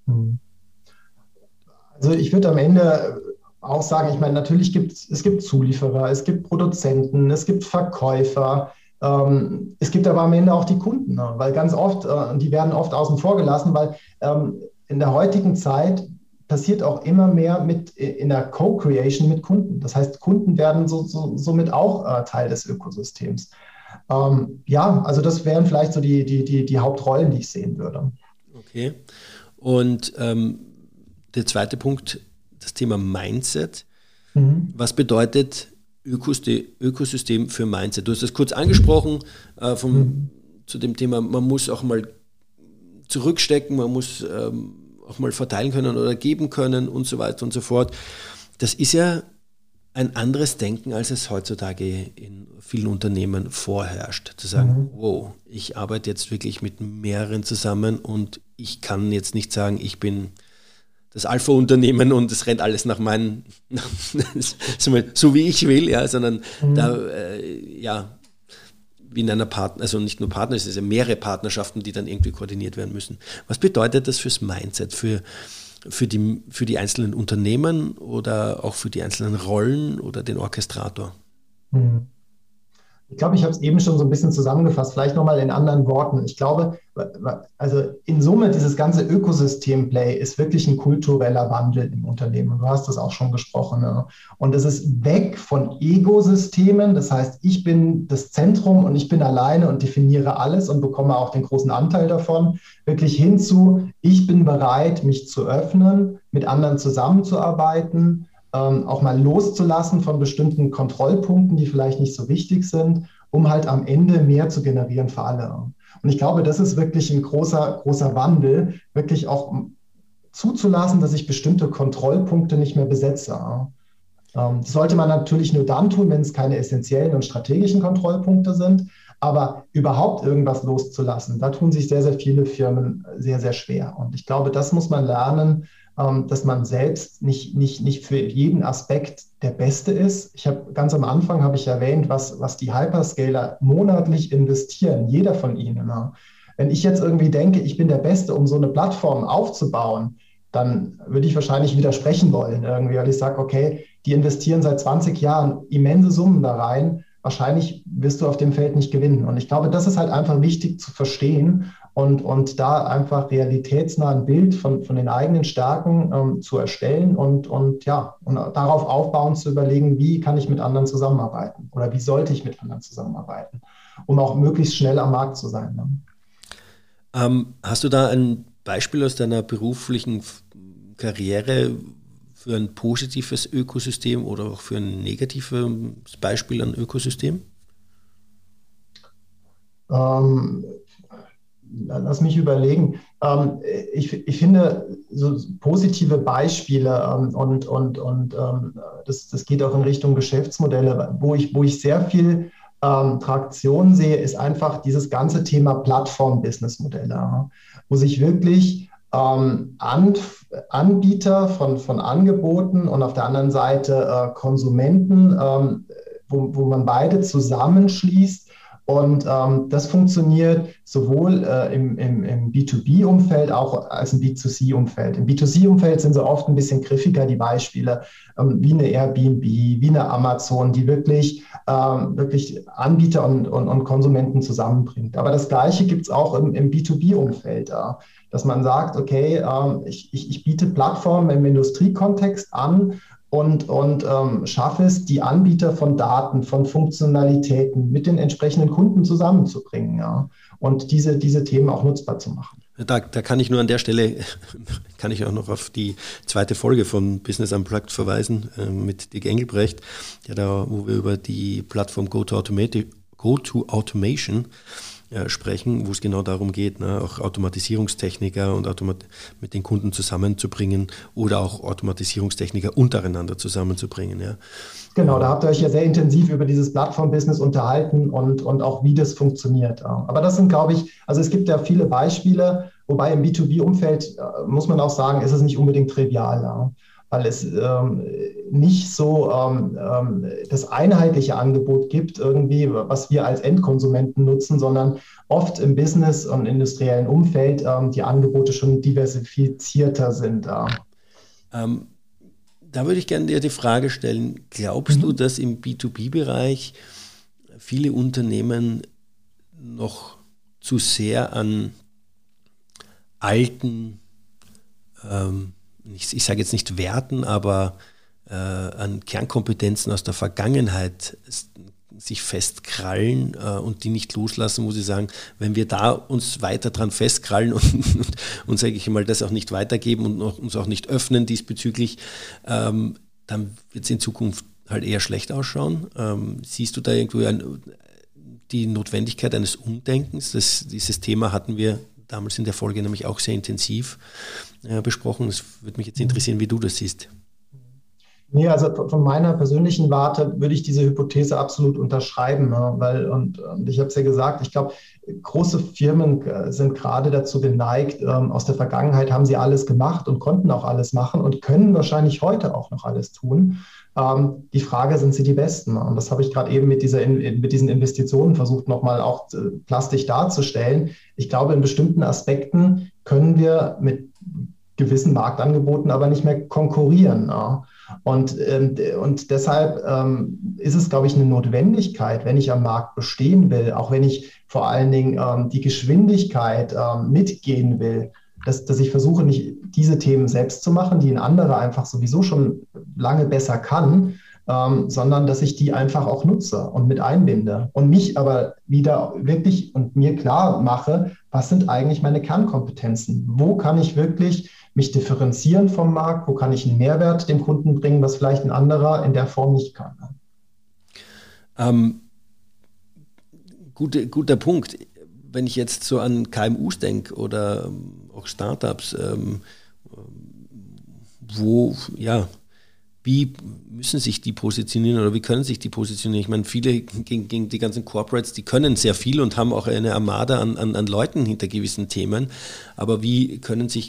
Also ich würde am Ende auch sagen, ich meine, natürlich es gibt Zulieferer, es gibt Produzenten, es gibt Verkäufer, es gibt aber am Ende auch die Kunden, ne? Weil ganz oft, die werden oft außen vor gelassen, weil in der heutigen Zeit passiert auch immer mehr in der Co-Creation mit Kunden. Das heißt, Kunden werden somit auch Teil des Ökosystems. Also das wären vielleicht so die Hauptrollen, die ich sehen würde. Okay. Und der zweite Punkt, das Thema Mindset. Was bedeutet Ökosystem für Mindset? Du hast das kurz angesprochen zu dem Thema, man muss auch mal zurückstecken, man muss auch mal verteilen können oder geben können und so weiter und so fort. Das ist ja ein anderes Denken, als es heutzutage in vielen Unternehmen vorherrscht. Zu sagen, wow, ich arbeite jetzt wirklich mit mehreren zusammen und ich kann jetzt nicht sagen, ich bin das Alpha-Unternehmen und es rennt alles nach meinen, so wie ich will, ja, sondern wie in einer also nicht nur Partner, es sind ja mehrere Partnerschaften, die dann irgendwie koordiniert werden müssen. Was bedeutet das fürs Mindset, für die einzelnen Unternehmen oder auch für die einzelnen Rollen oder den Orchestrator? Ich glaube, ich habe es eben schon so ein bisschen zusammengefasst, vielleicht nochmal in anderen Worten. Ich glaube, also in Summe, dieses ganze Ökosystem-Play ist wirklich ein kultureller Wandel im Unternehmen. Und du hast das auch schon gesprochen. Ne? Und es ist weg von Ego-Systemen. Das heißt, ich bin das Zentrum und ich bin alleine und definiere alles und bekomme auch den großen Anteil davon. Wirklich hinzu, ich bin bereit, mich zu öffnen, mit anderen zusammenzuarbeiten, auch mal loszulassen von bestimmten Kontrollpunkten, die vielleicht nicht so wichtig sind, um halt am Ende mehr zu generieren für alle. Und ich glaube, das ist wirklich ein großer, großer Wandel, wirklich auch zuzulassen, dass ich bestimmte Kontrollpunkte nicht mehr besetze. Das sollte man natürlich nur dann tun, wenn es keine essentiellen und strategischen Kontrollpunkte sind. Aber überhaupt irgendwas loszulassen, da tun sich sehr, sehr viele Firmen sehr, sehr schwer. Und ich glaube, das muss man lernen, dass man selbst nicht für jeden Aspekt der Beste ist. Ganz am Anfang habe ich erwähnt, was die Hyperscaler monatlich investieren, jeder von ihnen. Ja. Wenn ich jetzt irgendwie denke, ich bin der Beste, um so eine Plattform aufzubauen, dann würde ich wahrscheinlich widersprechen wollen irgendwie, weil ich sage, okay, die investieren seit 20 Jahren immense Summen da rein. Wahrscheinlich wirst du auf dem Feld nicht gewinnen. Und ich glaube, das ist halt einfach wichtig zu verstehen und da einfach realitätsnah ein Bild von den eigenen Stärken zu erstellen und darauf aufbauend zu überlegen, wie kann ich mit anderen zusammenarbeiten oder wie sollte ich mit anderen zusammenarbeiten, um auch möglichst schnell am Markt zu sein. Ne? Hast du da ein Beispiel aus deiner beruflichen Karriere für ein positives Ökosystem oder auch für ein negatives Beispiel an Ökosystem? Lass mich überlegen. Ich finde so positive Beispiele das geht auch in Richtung Geschäftsmodelle, wo ich sehr viel Traktion sehe, ist einfach dieses ganze Thema Plattform-Business-Modelle, wo sich wirklich Anbieter von Angeboten und auf der anderen Seite Konsumenten, wo man beide zusammenschließt. Und das funktioniert sowohl im B2B-Umfeld auch als im B2C-Umfeld. Im B2C-Umfeld sind so oft ein bisschen griffiger die Beispiele, wie eine Airbnb, wie eine Amazon, die wirklich Anbieter und Konsumenten zusammenbringt. Aber das Gleiche gibt es auch im B2B-Umfeld, dass man sagt, okay, ich biete Plattformen im Industriekontext an, und schaffe es, die Anbieter von Daten, von Funktionalitäten mit den entsprechenden Kunden zusammenzubringen, ja, und diese Themen auch nutzbar zu machen. Da kann ich nur an der Stelle, kann ich auch noch auf die zweite Folge von Business Unplugged verweisen mit Dick Engelbrecht, wo wir über die Plattform Go-to-Automation sprechen, wo es genau darum geht, ne, auch Automatisierungstechniker und mit den Kunden zusammenzubringen oder auch Automatisierungstechniker untereinander zusammenzubringen. Ja. Genau, da habt ihr euch ja sehr intensiv über dieses Plattform-Business unterhalten und auch wie das funktioniert. Ja. Aber das sind, glaube ich, also es gibt ja viele Beispiele, wobei im B2B-Umfeld, muss man auch sagen, ist es nicht unbedingt trivial. Ja. Weil es nicht so das einheitliche Angebot gibt, irgendwie, was wir als Endkonsumenten nutzen, sondern oft im Business- und industriellen Umfeld die Angebote schon diversifizierter sind. Da würde ich gerne dir die Frage stellen, glaubst du, dass im B2B-Bereich viele Unternehmen noch zu sehr an alten ich sage jetzt nicht Werten, aber an Kernkompetenzen aus der Vergangenheit sich festkrallen und die nicht loslassen, wo sie sagen, wenn wir da uns weiter dran festkrallen und sage ich mal, das auch nicht weitergeben und uns auch nicht öffnen diesbezüglich, dann wird es in Zukunft halt eher schlecht ausschauen. Siehst du da irgendwo die Notwendigkeit eines Umdenkens? Dieses Thema hatten wir damals in der Folge nämlich auch sehr intensiv besprochen. Es würde mich jetzt interessieren, wie du das siehst. Nee, also von meiner persönlichen Warte würde ich diese Hypothese absolut unterschreiben, weil, und ich habe es ja gesagt, ich glaube, große Firmen sind gerade dazu geneigt, aus der Vergangenheit haben sie alles gemacht und konnten auch alles machen und können wahrscheinlich heute auch noch alles tun. Die Frage, sind sie die Besten? Und das habe ich gerade eben mit diesen Investitionen versucht, nochmal auch plastisch darzustellen. Ich glaube, in bestimmten Aspekten können wir mit gewissen Marktangeboten aber nicht mehr konkurrieren. Ja. Und deshalb ist es, glaube ich, eine Notwendigkeit, wenn ich am Markt bestehen will, auch wenn ich vor allen Dingen die Geschwindigkeit mitgehen will, dass ich versuche, nicht diese Themen selbst zu machen, die ein anderer einfach sowieso schon lange besser kann, sondern dass ich die einfach auch nutze und mit einbinde und mich aber wieder wirklich und mir klar mache, was sind eigentlich meine Kernkompetenzen? Wo kann ich wirklich mich differenzieren vom Markt? Wo kann ich einen Mehrwert dem Kunden bringen, was vielleicht ein anderer in der Form nicht kann? Guter Punkt. Wenn ich jetzt so an KMUs denke oder auch Startups, wie müssen sich die positionieren oder wie können sich die positionieren? Ich meine, viele gegen die ganzen Corporates, die können sehr viel und haben auch eine Armada an Leuten hinter gewissen Themen, aber wie können sich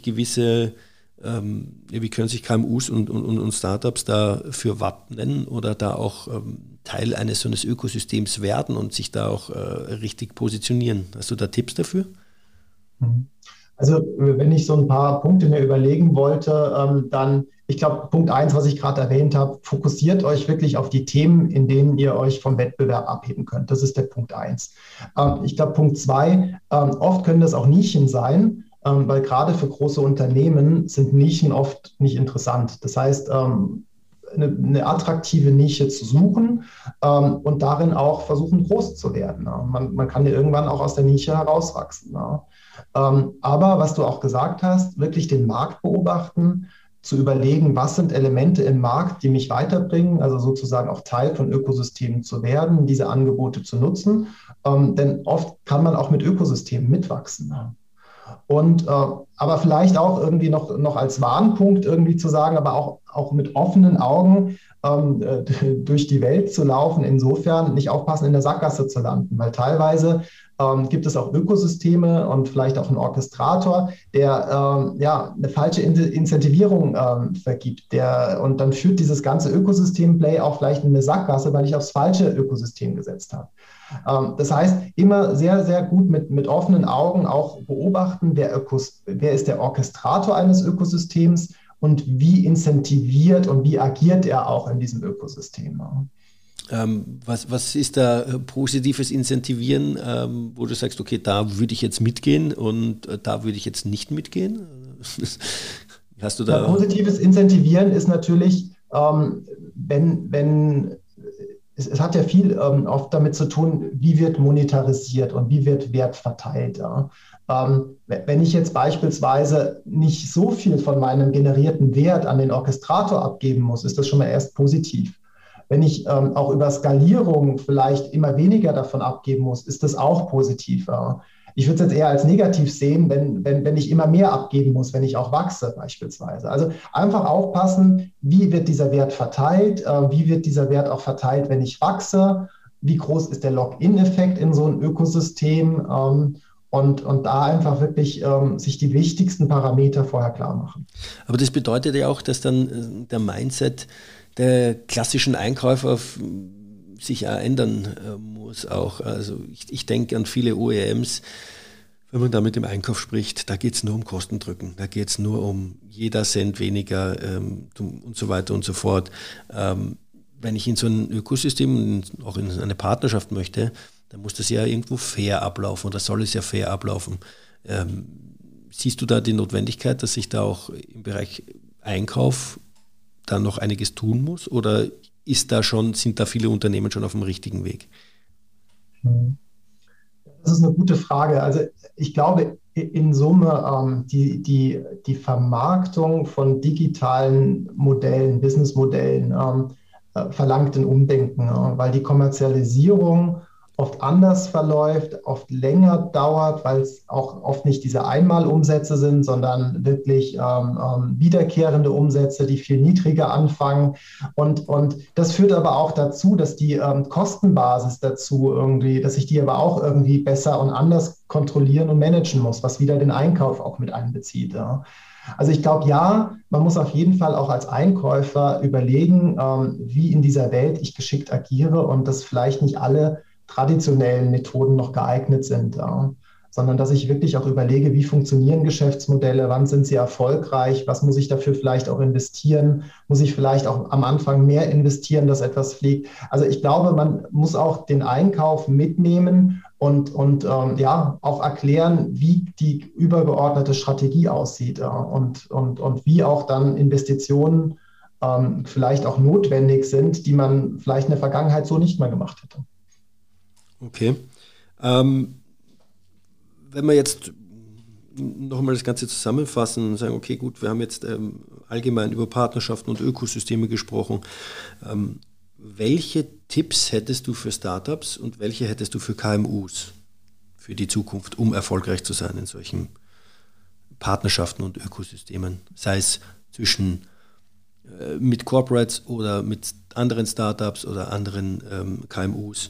wie können sich KMUs und Startups dafür wappnen oder da auch Teil eines so eines Ökosystems werden und sich da auch richtig positionieren? Hast du da Tipps dafür? Also wenn ich so ein paar Punkte mir überlegen wollte, dann, ich glaube, Punkt eins, was ich gerade erwähnt habe, fokussiert euch wirklich auf die Themen, in denen ihr euch vom Wettbewerb abheben könnt. Das ist der Punkt eins. Ich glaube, Punkt zwei, oft können das auch Nischen sein, weil gerade für große Unternehmen sind Nischen oft nicht interessant. Das heißt, eine attraktive Nische zu suchen und darin auch versuchen, groß zu werden. Ja. Man kann ja irgendwann auch aus der Nische herauswachsen. Ja. Aber was du auch gesagt hast, wirklich den Markt beobachten, zu überlegen, was sind Elemente im Markt, die mich weiterbringen, also sozusagen auch Teil von Ökosystemen zu werden, diese Angebote zu nutzen. Denn oft kann man auch mit Ökosystemen mitwachsen. Ja. Und aber vielleicht auch irgendwie noch als Warnpunkt irgendwie zu sagen, aber auch mit offenen Augen durch die Welt zu laufen, insofern nicht aufpassen, in der Sackgasse zu landen, weil teilweise gibt es auch Ökosysteme und vielleicht auch einen Orchestrator, der eine falsche Incentivierung vergibt. Und dann führt dieses ganze Ökosystem-Play auch vielleicht in eine Sackgasse, weil ich aufs falsche Ökosystem gesetzt habe. Das heißt, immer sehr, sehr gut mit offenen Augen auch beobachten, wer ist der Orchestrator eines Ökosystems und wie incentiviert und wie agiert er auch in diesem Ökosystem. Was ist da positives Incentivieren, wo du sagst, okay, da würde ich jetzt mitgehen und da würde ich jetzt nicht mitgehen? Hast du da? Ja, positives Incentivieren ist natürlich, es hat ja viel oft damit zu tun, wie wird monetarisiert und wie wird Wert verteilt. Ja. Wenn ich jetzt beispielsweise nicht so viel von meinem generierten Wert an den Orchestrator abgeben muss, ist das schon mal erst positiv. Wenn ich auch über Skalierung vielleicht immer weniger davon abgeben muss, ist das auch positiv. Ja. Ich würde es jetzt eher als negativ sehen, wenn ich immer mehr abgeben muss, wenn ich auch wachse beispielsweise. Also einfach aufpassen, wie wird dieser Wert verteilt, wie wird dieser Wert auch verteilt, wenn ich wachse, wie groß ist der Lock-in-Effekt in so einem Ökosystem und da einfach wirklich sich die wichtigsten Parameter vorher klar machen. Aber das bedeutet ja auch, dass dann der Mindset der klassischen Einkäufer sich auch ändern muss auch. Also ich denke an viele OEMs, wenn man da mit dem Einkauf spricht, da geht es nur um Kostendrücken, da geht es nur um jeder Cent weniger und so weiter und so fort. Wenn ich in so ein Ökosystem, auch in eine Partnerschaft möchte, dann muss das ja irgendwo fair ablaufen oder soll es ja fair ablaufen. Siehst du da die Notwendigkeit, dass sich da auch im Bereich Einkauf da noch einiges tun muss oder sind da viele Unternehmen schon auf dem richtigen Weg? Das ist eine gute Frage. Also ich glaube, in Summe die Vermarktung von digitalen Modellen, Businessmodellen verlangt ein Umdenken, weil die Kommerzialisierung oft anders verläuft, oft länger dauert, weil es auch oft nicht diese Einmalumsätze sind, sondern wirklich wiederkehrende Umsätze, die viel niedriger anfangen. Und das führt aber auch dazu, dass die Kostenbasis dazu irgendwie, dass ich die aber auch irgendwie besser und anders kontrollieren und managen muss, was wieder den Einkauf auch mit einbezieht. Ja. Also ich glaube, ja, man muss auf jeden Fall auch als Einkäufer überlegen, wie in dieser Welt ich geschickt agiere und dass vielleicht nicht alle traditionellen Methoden noch geeignet sind, ja. sondern dass ich wirklich auch überlege, wie funktionieren Geschäftsmodelle, wann sind sie erfolgreich, was muss ich dafür vielleicht auch investieren, muss ich vielleicht auch am Anfang mehr investieren, dass etwas fliegt. Also ich glaube, man muss auch den Einkauf mitnehmen und auch erklären, wie die übergeordnete Strategie aussieht und wie auch dann Investitionen vielleicht auch notwendig sind, die man vielleicht in der Vergangenheit so nicht mehr gemacht hätte. Okay. Wenn wir jetzt nochmal das Ganze zusammenfassen und sagen, okay, gut, wir haben jetzt allgemein über Partnerschaften und Ökosysteme gesprochen. Welche Tipps hättest du für Startups und welche hättest du für KMUs für die Zukunft, um erfolgreich zu sein in solchen Partnerschaften und Ökosystemen? Sei es mit Corporates oder mit anderen Startups oder anderen KMUs?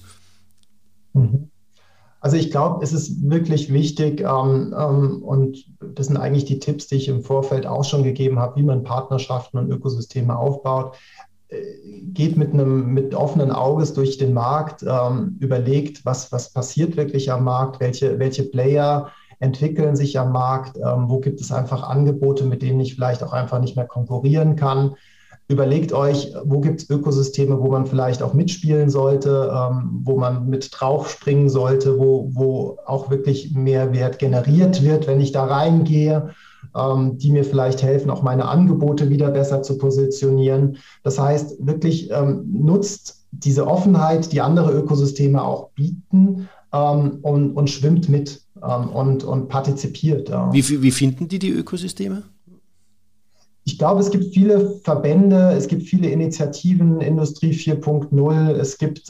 Also ich glaube, es ist wirklich wichtig und das sind eigentlich die Tipps, die ich im Vorfeld auch schon gegeben habe, wie man Partnerschaften und Ökosysteme aufbaut. Geht mit offenen Auges durch den Markt, überlegt, was passiert wirklich am Markt, welche Player entwickeln sich am Markt, wo gibt es einfach Angebote, mit denen ich vielleicht auch einfach nicht mehr konkurrieren kann. Überlegt euch, wo gibt es Ökosysteme, wo man vielleicht auch mitspielen sollte, wo man mit draufspringen sollte, wo auch wirklich Mehrwert generiert wird, wenn ich da reingehe, die mir vielleicht helfen, auch meine Angebote wieder besser zu positionieren. Das heißt, wirklich nutzt diese Offenheit, die andere Ökosysteme auch bieten und schwimmt mit und partizipiert. Wie finden die Ökosysteme? Ich glaube, es gibt viele Verbände, es gibt viele Initiativen, Industrie 4.0, es gibt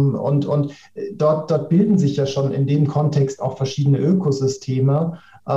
dort bilden sich ja schon in dem Kontext auch verschiedene Ökosysteme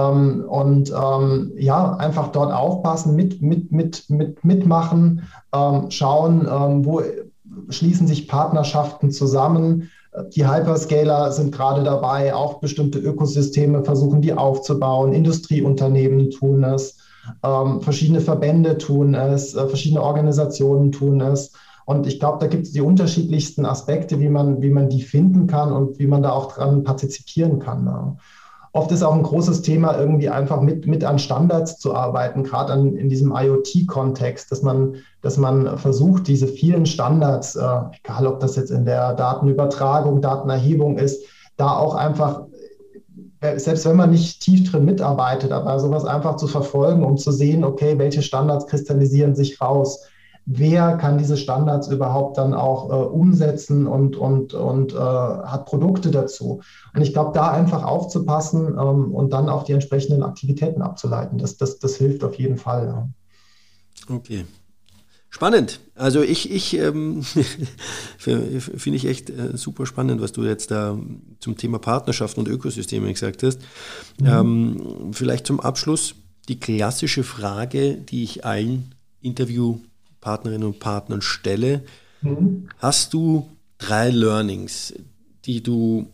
einfach dort aufpassen, mitmachen, schauen, wo schließen sich Partnerschaften zusammen. Die Hyperscaler sind gerade dabei, auch bestimmte Ökosysteme versuchen, die aufzubauen. Industrieunternehmen tun es. Verschiedene Verbände tun es, verschiedene Organisationen tun es. Und ich glaube, da gibt es die unterschiedlichsten Aspekte, wie man die finden kann und wie man da auch dran partizipieren kann. Ne? Oft ist auch ein großes Thema, irgendwie einfach mit an Standards zu arbeiten, gerade in diesem IoT-Kontext, dass man versucht, diese vielen Standards, egal ob das jetzt in der Datenübertragung, Datenerhebung ist, da auch einfach, selbst wenn man nicht tief drin mitarbeitet, aber sowas einfach zu verfolgen, um zu sehen, okay, welche Standards kristallisieren sich raus, wer kann diese Standards überhaupt dann auch umsetzen und hat Produkte dazu. Und ich glaube, da einfach aufzupassen und dann auch die entsprechenden Aktivitäten abzuleiten, das hilft auf jeden Fall. Ja. Okay. Spannend. Also finde ich echt super spannend, was du jetzt da zum Thema Partnerschaften und Ökosysteme gesagt hast. Vielleicht zum Abschluss die klassische Frage, die ich allen Interviewpartnerinnen und Partnern stelle. Hast du 3 Learnings, die du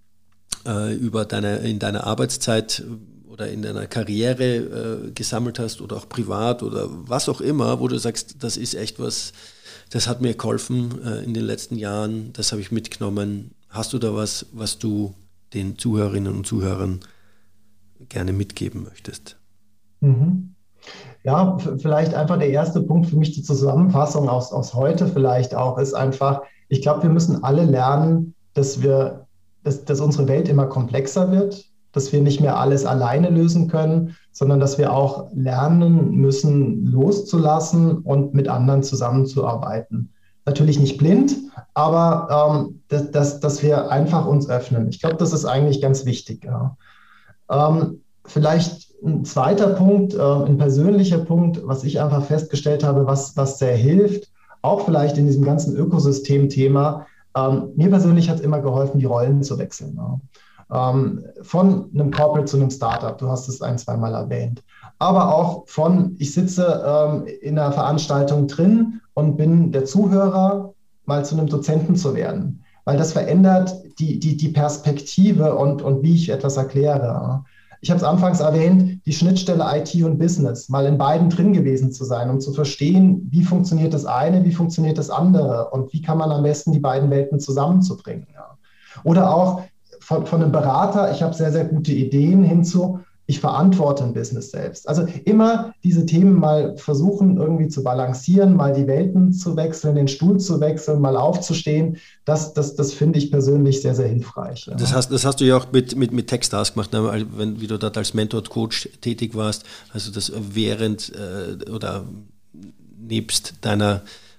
in deiner Arbeitszeit oder in deiner Karriere gesammelt hast oder auch privat oder was auch immer, wo du sagst, das ist echt was, das hat mir geholfen in den letzten Jahren, das habe ich mitgenommen. Hast du da was du den Zuhörerinnen und Zuhörern gerne mitgeben möchtest? Ja, vielleicht einfach der erste Punkt für mich, die Zusammenfassung aus heute vielleicht auch, ist einfach, ich glaube, wir müssen alle lernen, dass unsere Welt immer komplexer wird, dass wir nicht mehr alles alleine lösen können, sondern dass wir auch lernen müssen, loszulassen und mit anderen zusammenzuarbeiten. Natürlich nicht blind, aber dass wir einfach uns öffnen. Ich glaube, das ist eigentlich ganz wichtig. Ja. Vielleicht ein zweiter Punkt, ein persönlicher Punkt, was ich einfach festgestellt habe, was sehr hilft, auch vielleicht in diesem ganzen Ökosystem-Thema. Mir persönlich hat es immer geholfen, die Rollen zu wechseln. Ja. Von einem Corporate zu einem Startup, du hast es 1-2 Mal erwähnt, aber auch ich sitze in einer Veranstaltung drin und bin der Zuhörer, mal zu einem Dozenten zu werden, weil das verändert die Perspektive und wie ich etwas erkläre. Ich habe es anfangs erwähnt, die Schnittstelle IT und Business, mal in beiden drin gewesen zu sein, um zu verstehen, wie funktioniert das eine, wie funktioniert das andere und wie kann man am besten die beiden Welten zusammenzubringen. Ja. Oder auch von einem Berater, ich habe sehr, sehr gute Ideen, hinzu, ich verantworte ein Business selbst. Also immer diese Themen mal versuchen irgendwie zu balancieren, mal die Welten zu wechseln, den Stuhl zu wechseln, mal aufzustehen. Das finde ich persönlich sehr, sehr hilfreich. Ja. Das hast du ja auch mit Techstars gemacht, ne? Wie du dort als Mentor und Coach tätig warst, also das während oder nebst deiner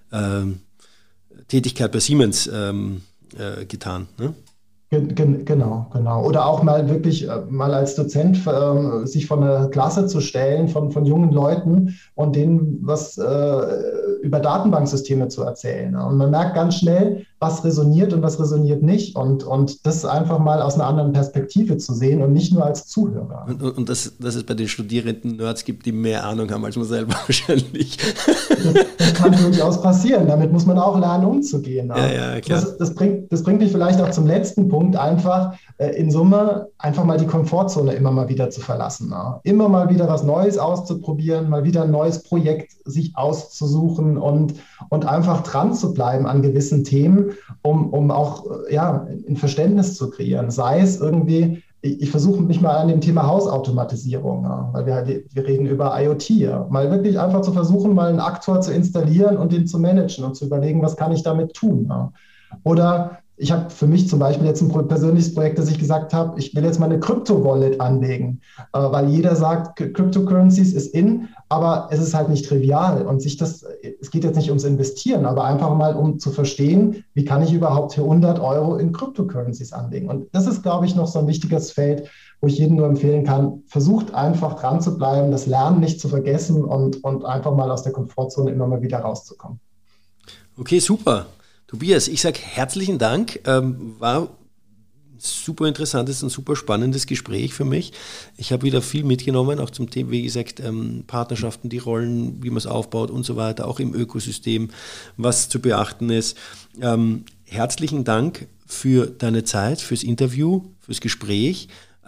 Tätigkeit bei Siemens getan, ne? Genau. Oder auch mal wirklich mal als Dozent sich vor eine Klasse zu stellen von jungen Leuten und denen was über Datenbanksysteme zu erzählen. Ne? Und man merkt ganz schnell, was resoniert und was resoniert nicht. Und das einfach mal aus einer anderen Perspektive zu sehen und nicht nur als Zuhörer. Und dass es bei den Studierenden Nerds gibt, die mehr Ahnung haben als man selber wahrscheinlich. Das kann durchaus passieren. Damit muss man auch lernen, umzugehen. Ne? Ja, klar. Das bringt mich vielleicht auch zum letzten Punkt, einfach in Summe einfach mal die Komfortzone immer mal wieder zu verlassen. Ne? Immer mal wieder was Neues auszuprobieren, mal wieder ein neues Projekt sich auszusuchen und einfach dran zu bleiben an gewissen Themen, um auch ein Verständnis zu kreieren. Sei es irgendwie, ich versuche mich mal an dem Thema Hausautomatisierung, ja, weil wir reden über IoT, ja, mal wirklich einfach zu versuchen, mal einen Aktor zu installieren und den zu managen und zu überlegen, was kann ich damit tun. Ja. Oder ich habe für mich zum Beispiel jetzt ein persönliches Projekt, dass ich gesagt habe, ich will jetzt mal eine Krypto-Wallet anlegen, weil jeder sagt, Cryptocurrencies ist in, aber es ist halt nicht trivial und es geht jetzt nicht ums Investieren, aber einfach mal um zu verstehen, wie kann ich überhaupt für 100 € in Cryptocurrencies anlegen. Und das ist, glaube ich, noch so ein wichtiges Feld, wo ich jedem nur empfehlen kann, versucht einfach dran zu bleiben, das Lernen nicht zu vergessen und einfach mal aus der Komfortzone immer mal wieder rauszukommen. Okay, super. Tobias, ich sage herzlichen Dank. War ein super interessantes und super spannendes Gespräch für mich. Ich habe wieder viel mitgenommen, auch zum Thema, wie gesagt, Partnerschaften, die Rollen, wie man es aufbaut und so weiter, auch im Ökosystem, was zu beachten ist. Herzlichen Dank für deine Zeit, fürs Interview, fürs Gespräch.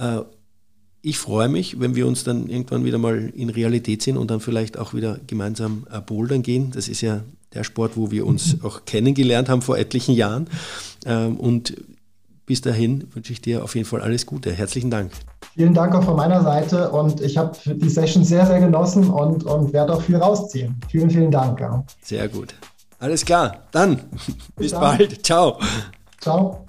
Ich freue mich, wenn wir uns dann irgendwann wieder mal in Realität sehen und dann vielleicht auch wieder gemeinsam bouldern gehen. Das ist ja der Sport, wo wir uns auch kennengelernt haben vor etlichen Jahren. Und bis dahin wünsche ich dir auf jeden Fall alles Gute. Herzlichen Dank. Vielen Dank auch von meiner Seite und ich habe die Session sehr, sehr genossen und werde auch viel rausziehen. Vielen, vielen Dank. Ja. Sehr gut. Alles klar. Dann bis bald. Ciao. Ciao.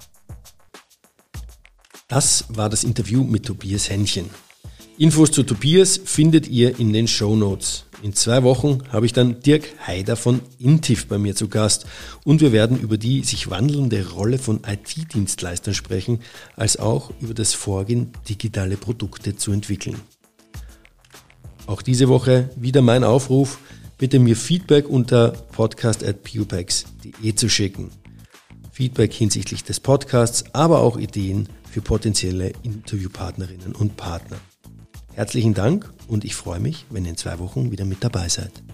Das war das Interview mit Tobias Henchen. Infos zu Tobias findet ihr in den Shownotes. In 2 Wochen habe ich dann Dirk Haider von Intiv bei mir zu Gast und wir werden über die sich wandelnde Rolle von IT-Dienstleistern sprechen, als auch über das Vorgehen, digitale Produkte zu entwickeln. Auch diese Woche wieder mein Aufruf, bitte mir Feedback unter podcast@pupex.de zu schicken. Feedback hinsichtlich des Podcasts, aber auch Ideen für potenzielle Interviewpartnerinnen und Partner. Herzlichen Dank und ich freue mich, wenn ihr in 2 Wochen wieder mit dabei seid.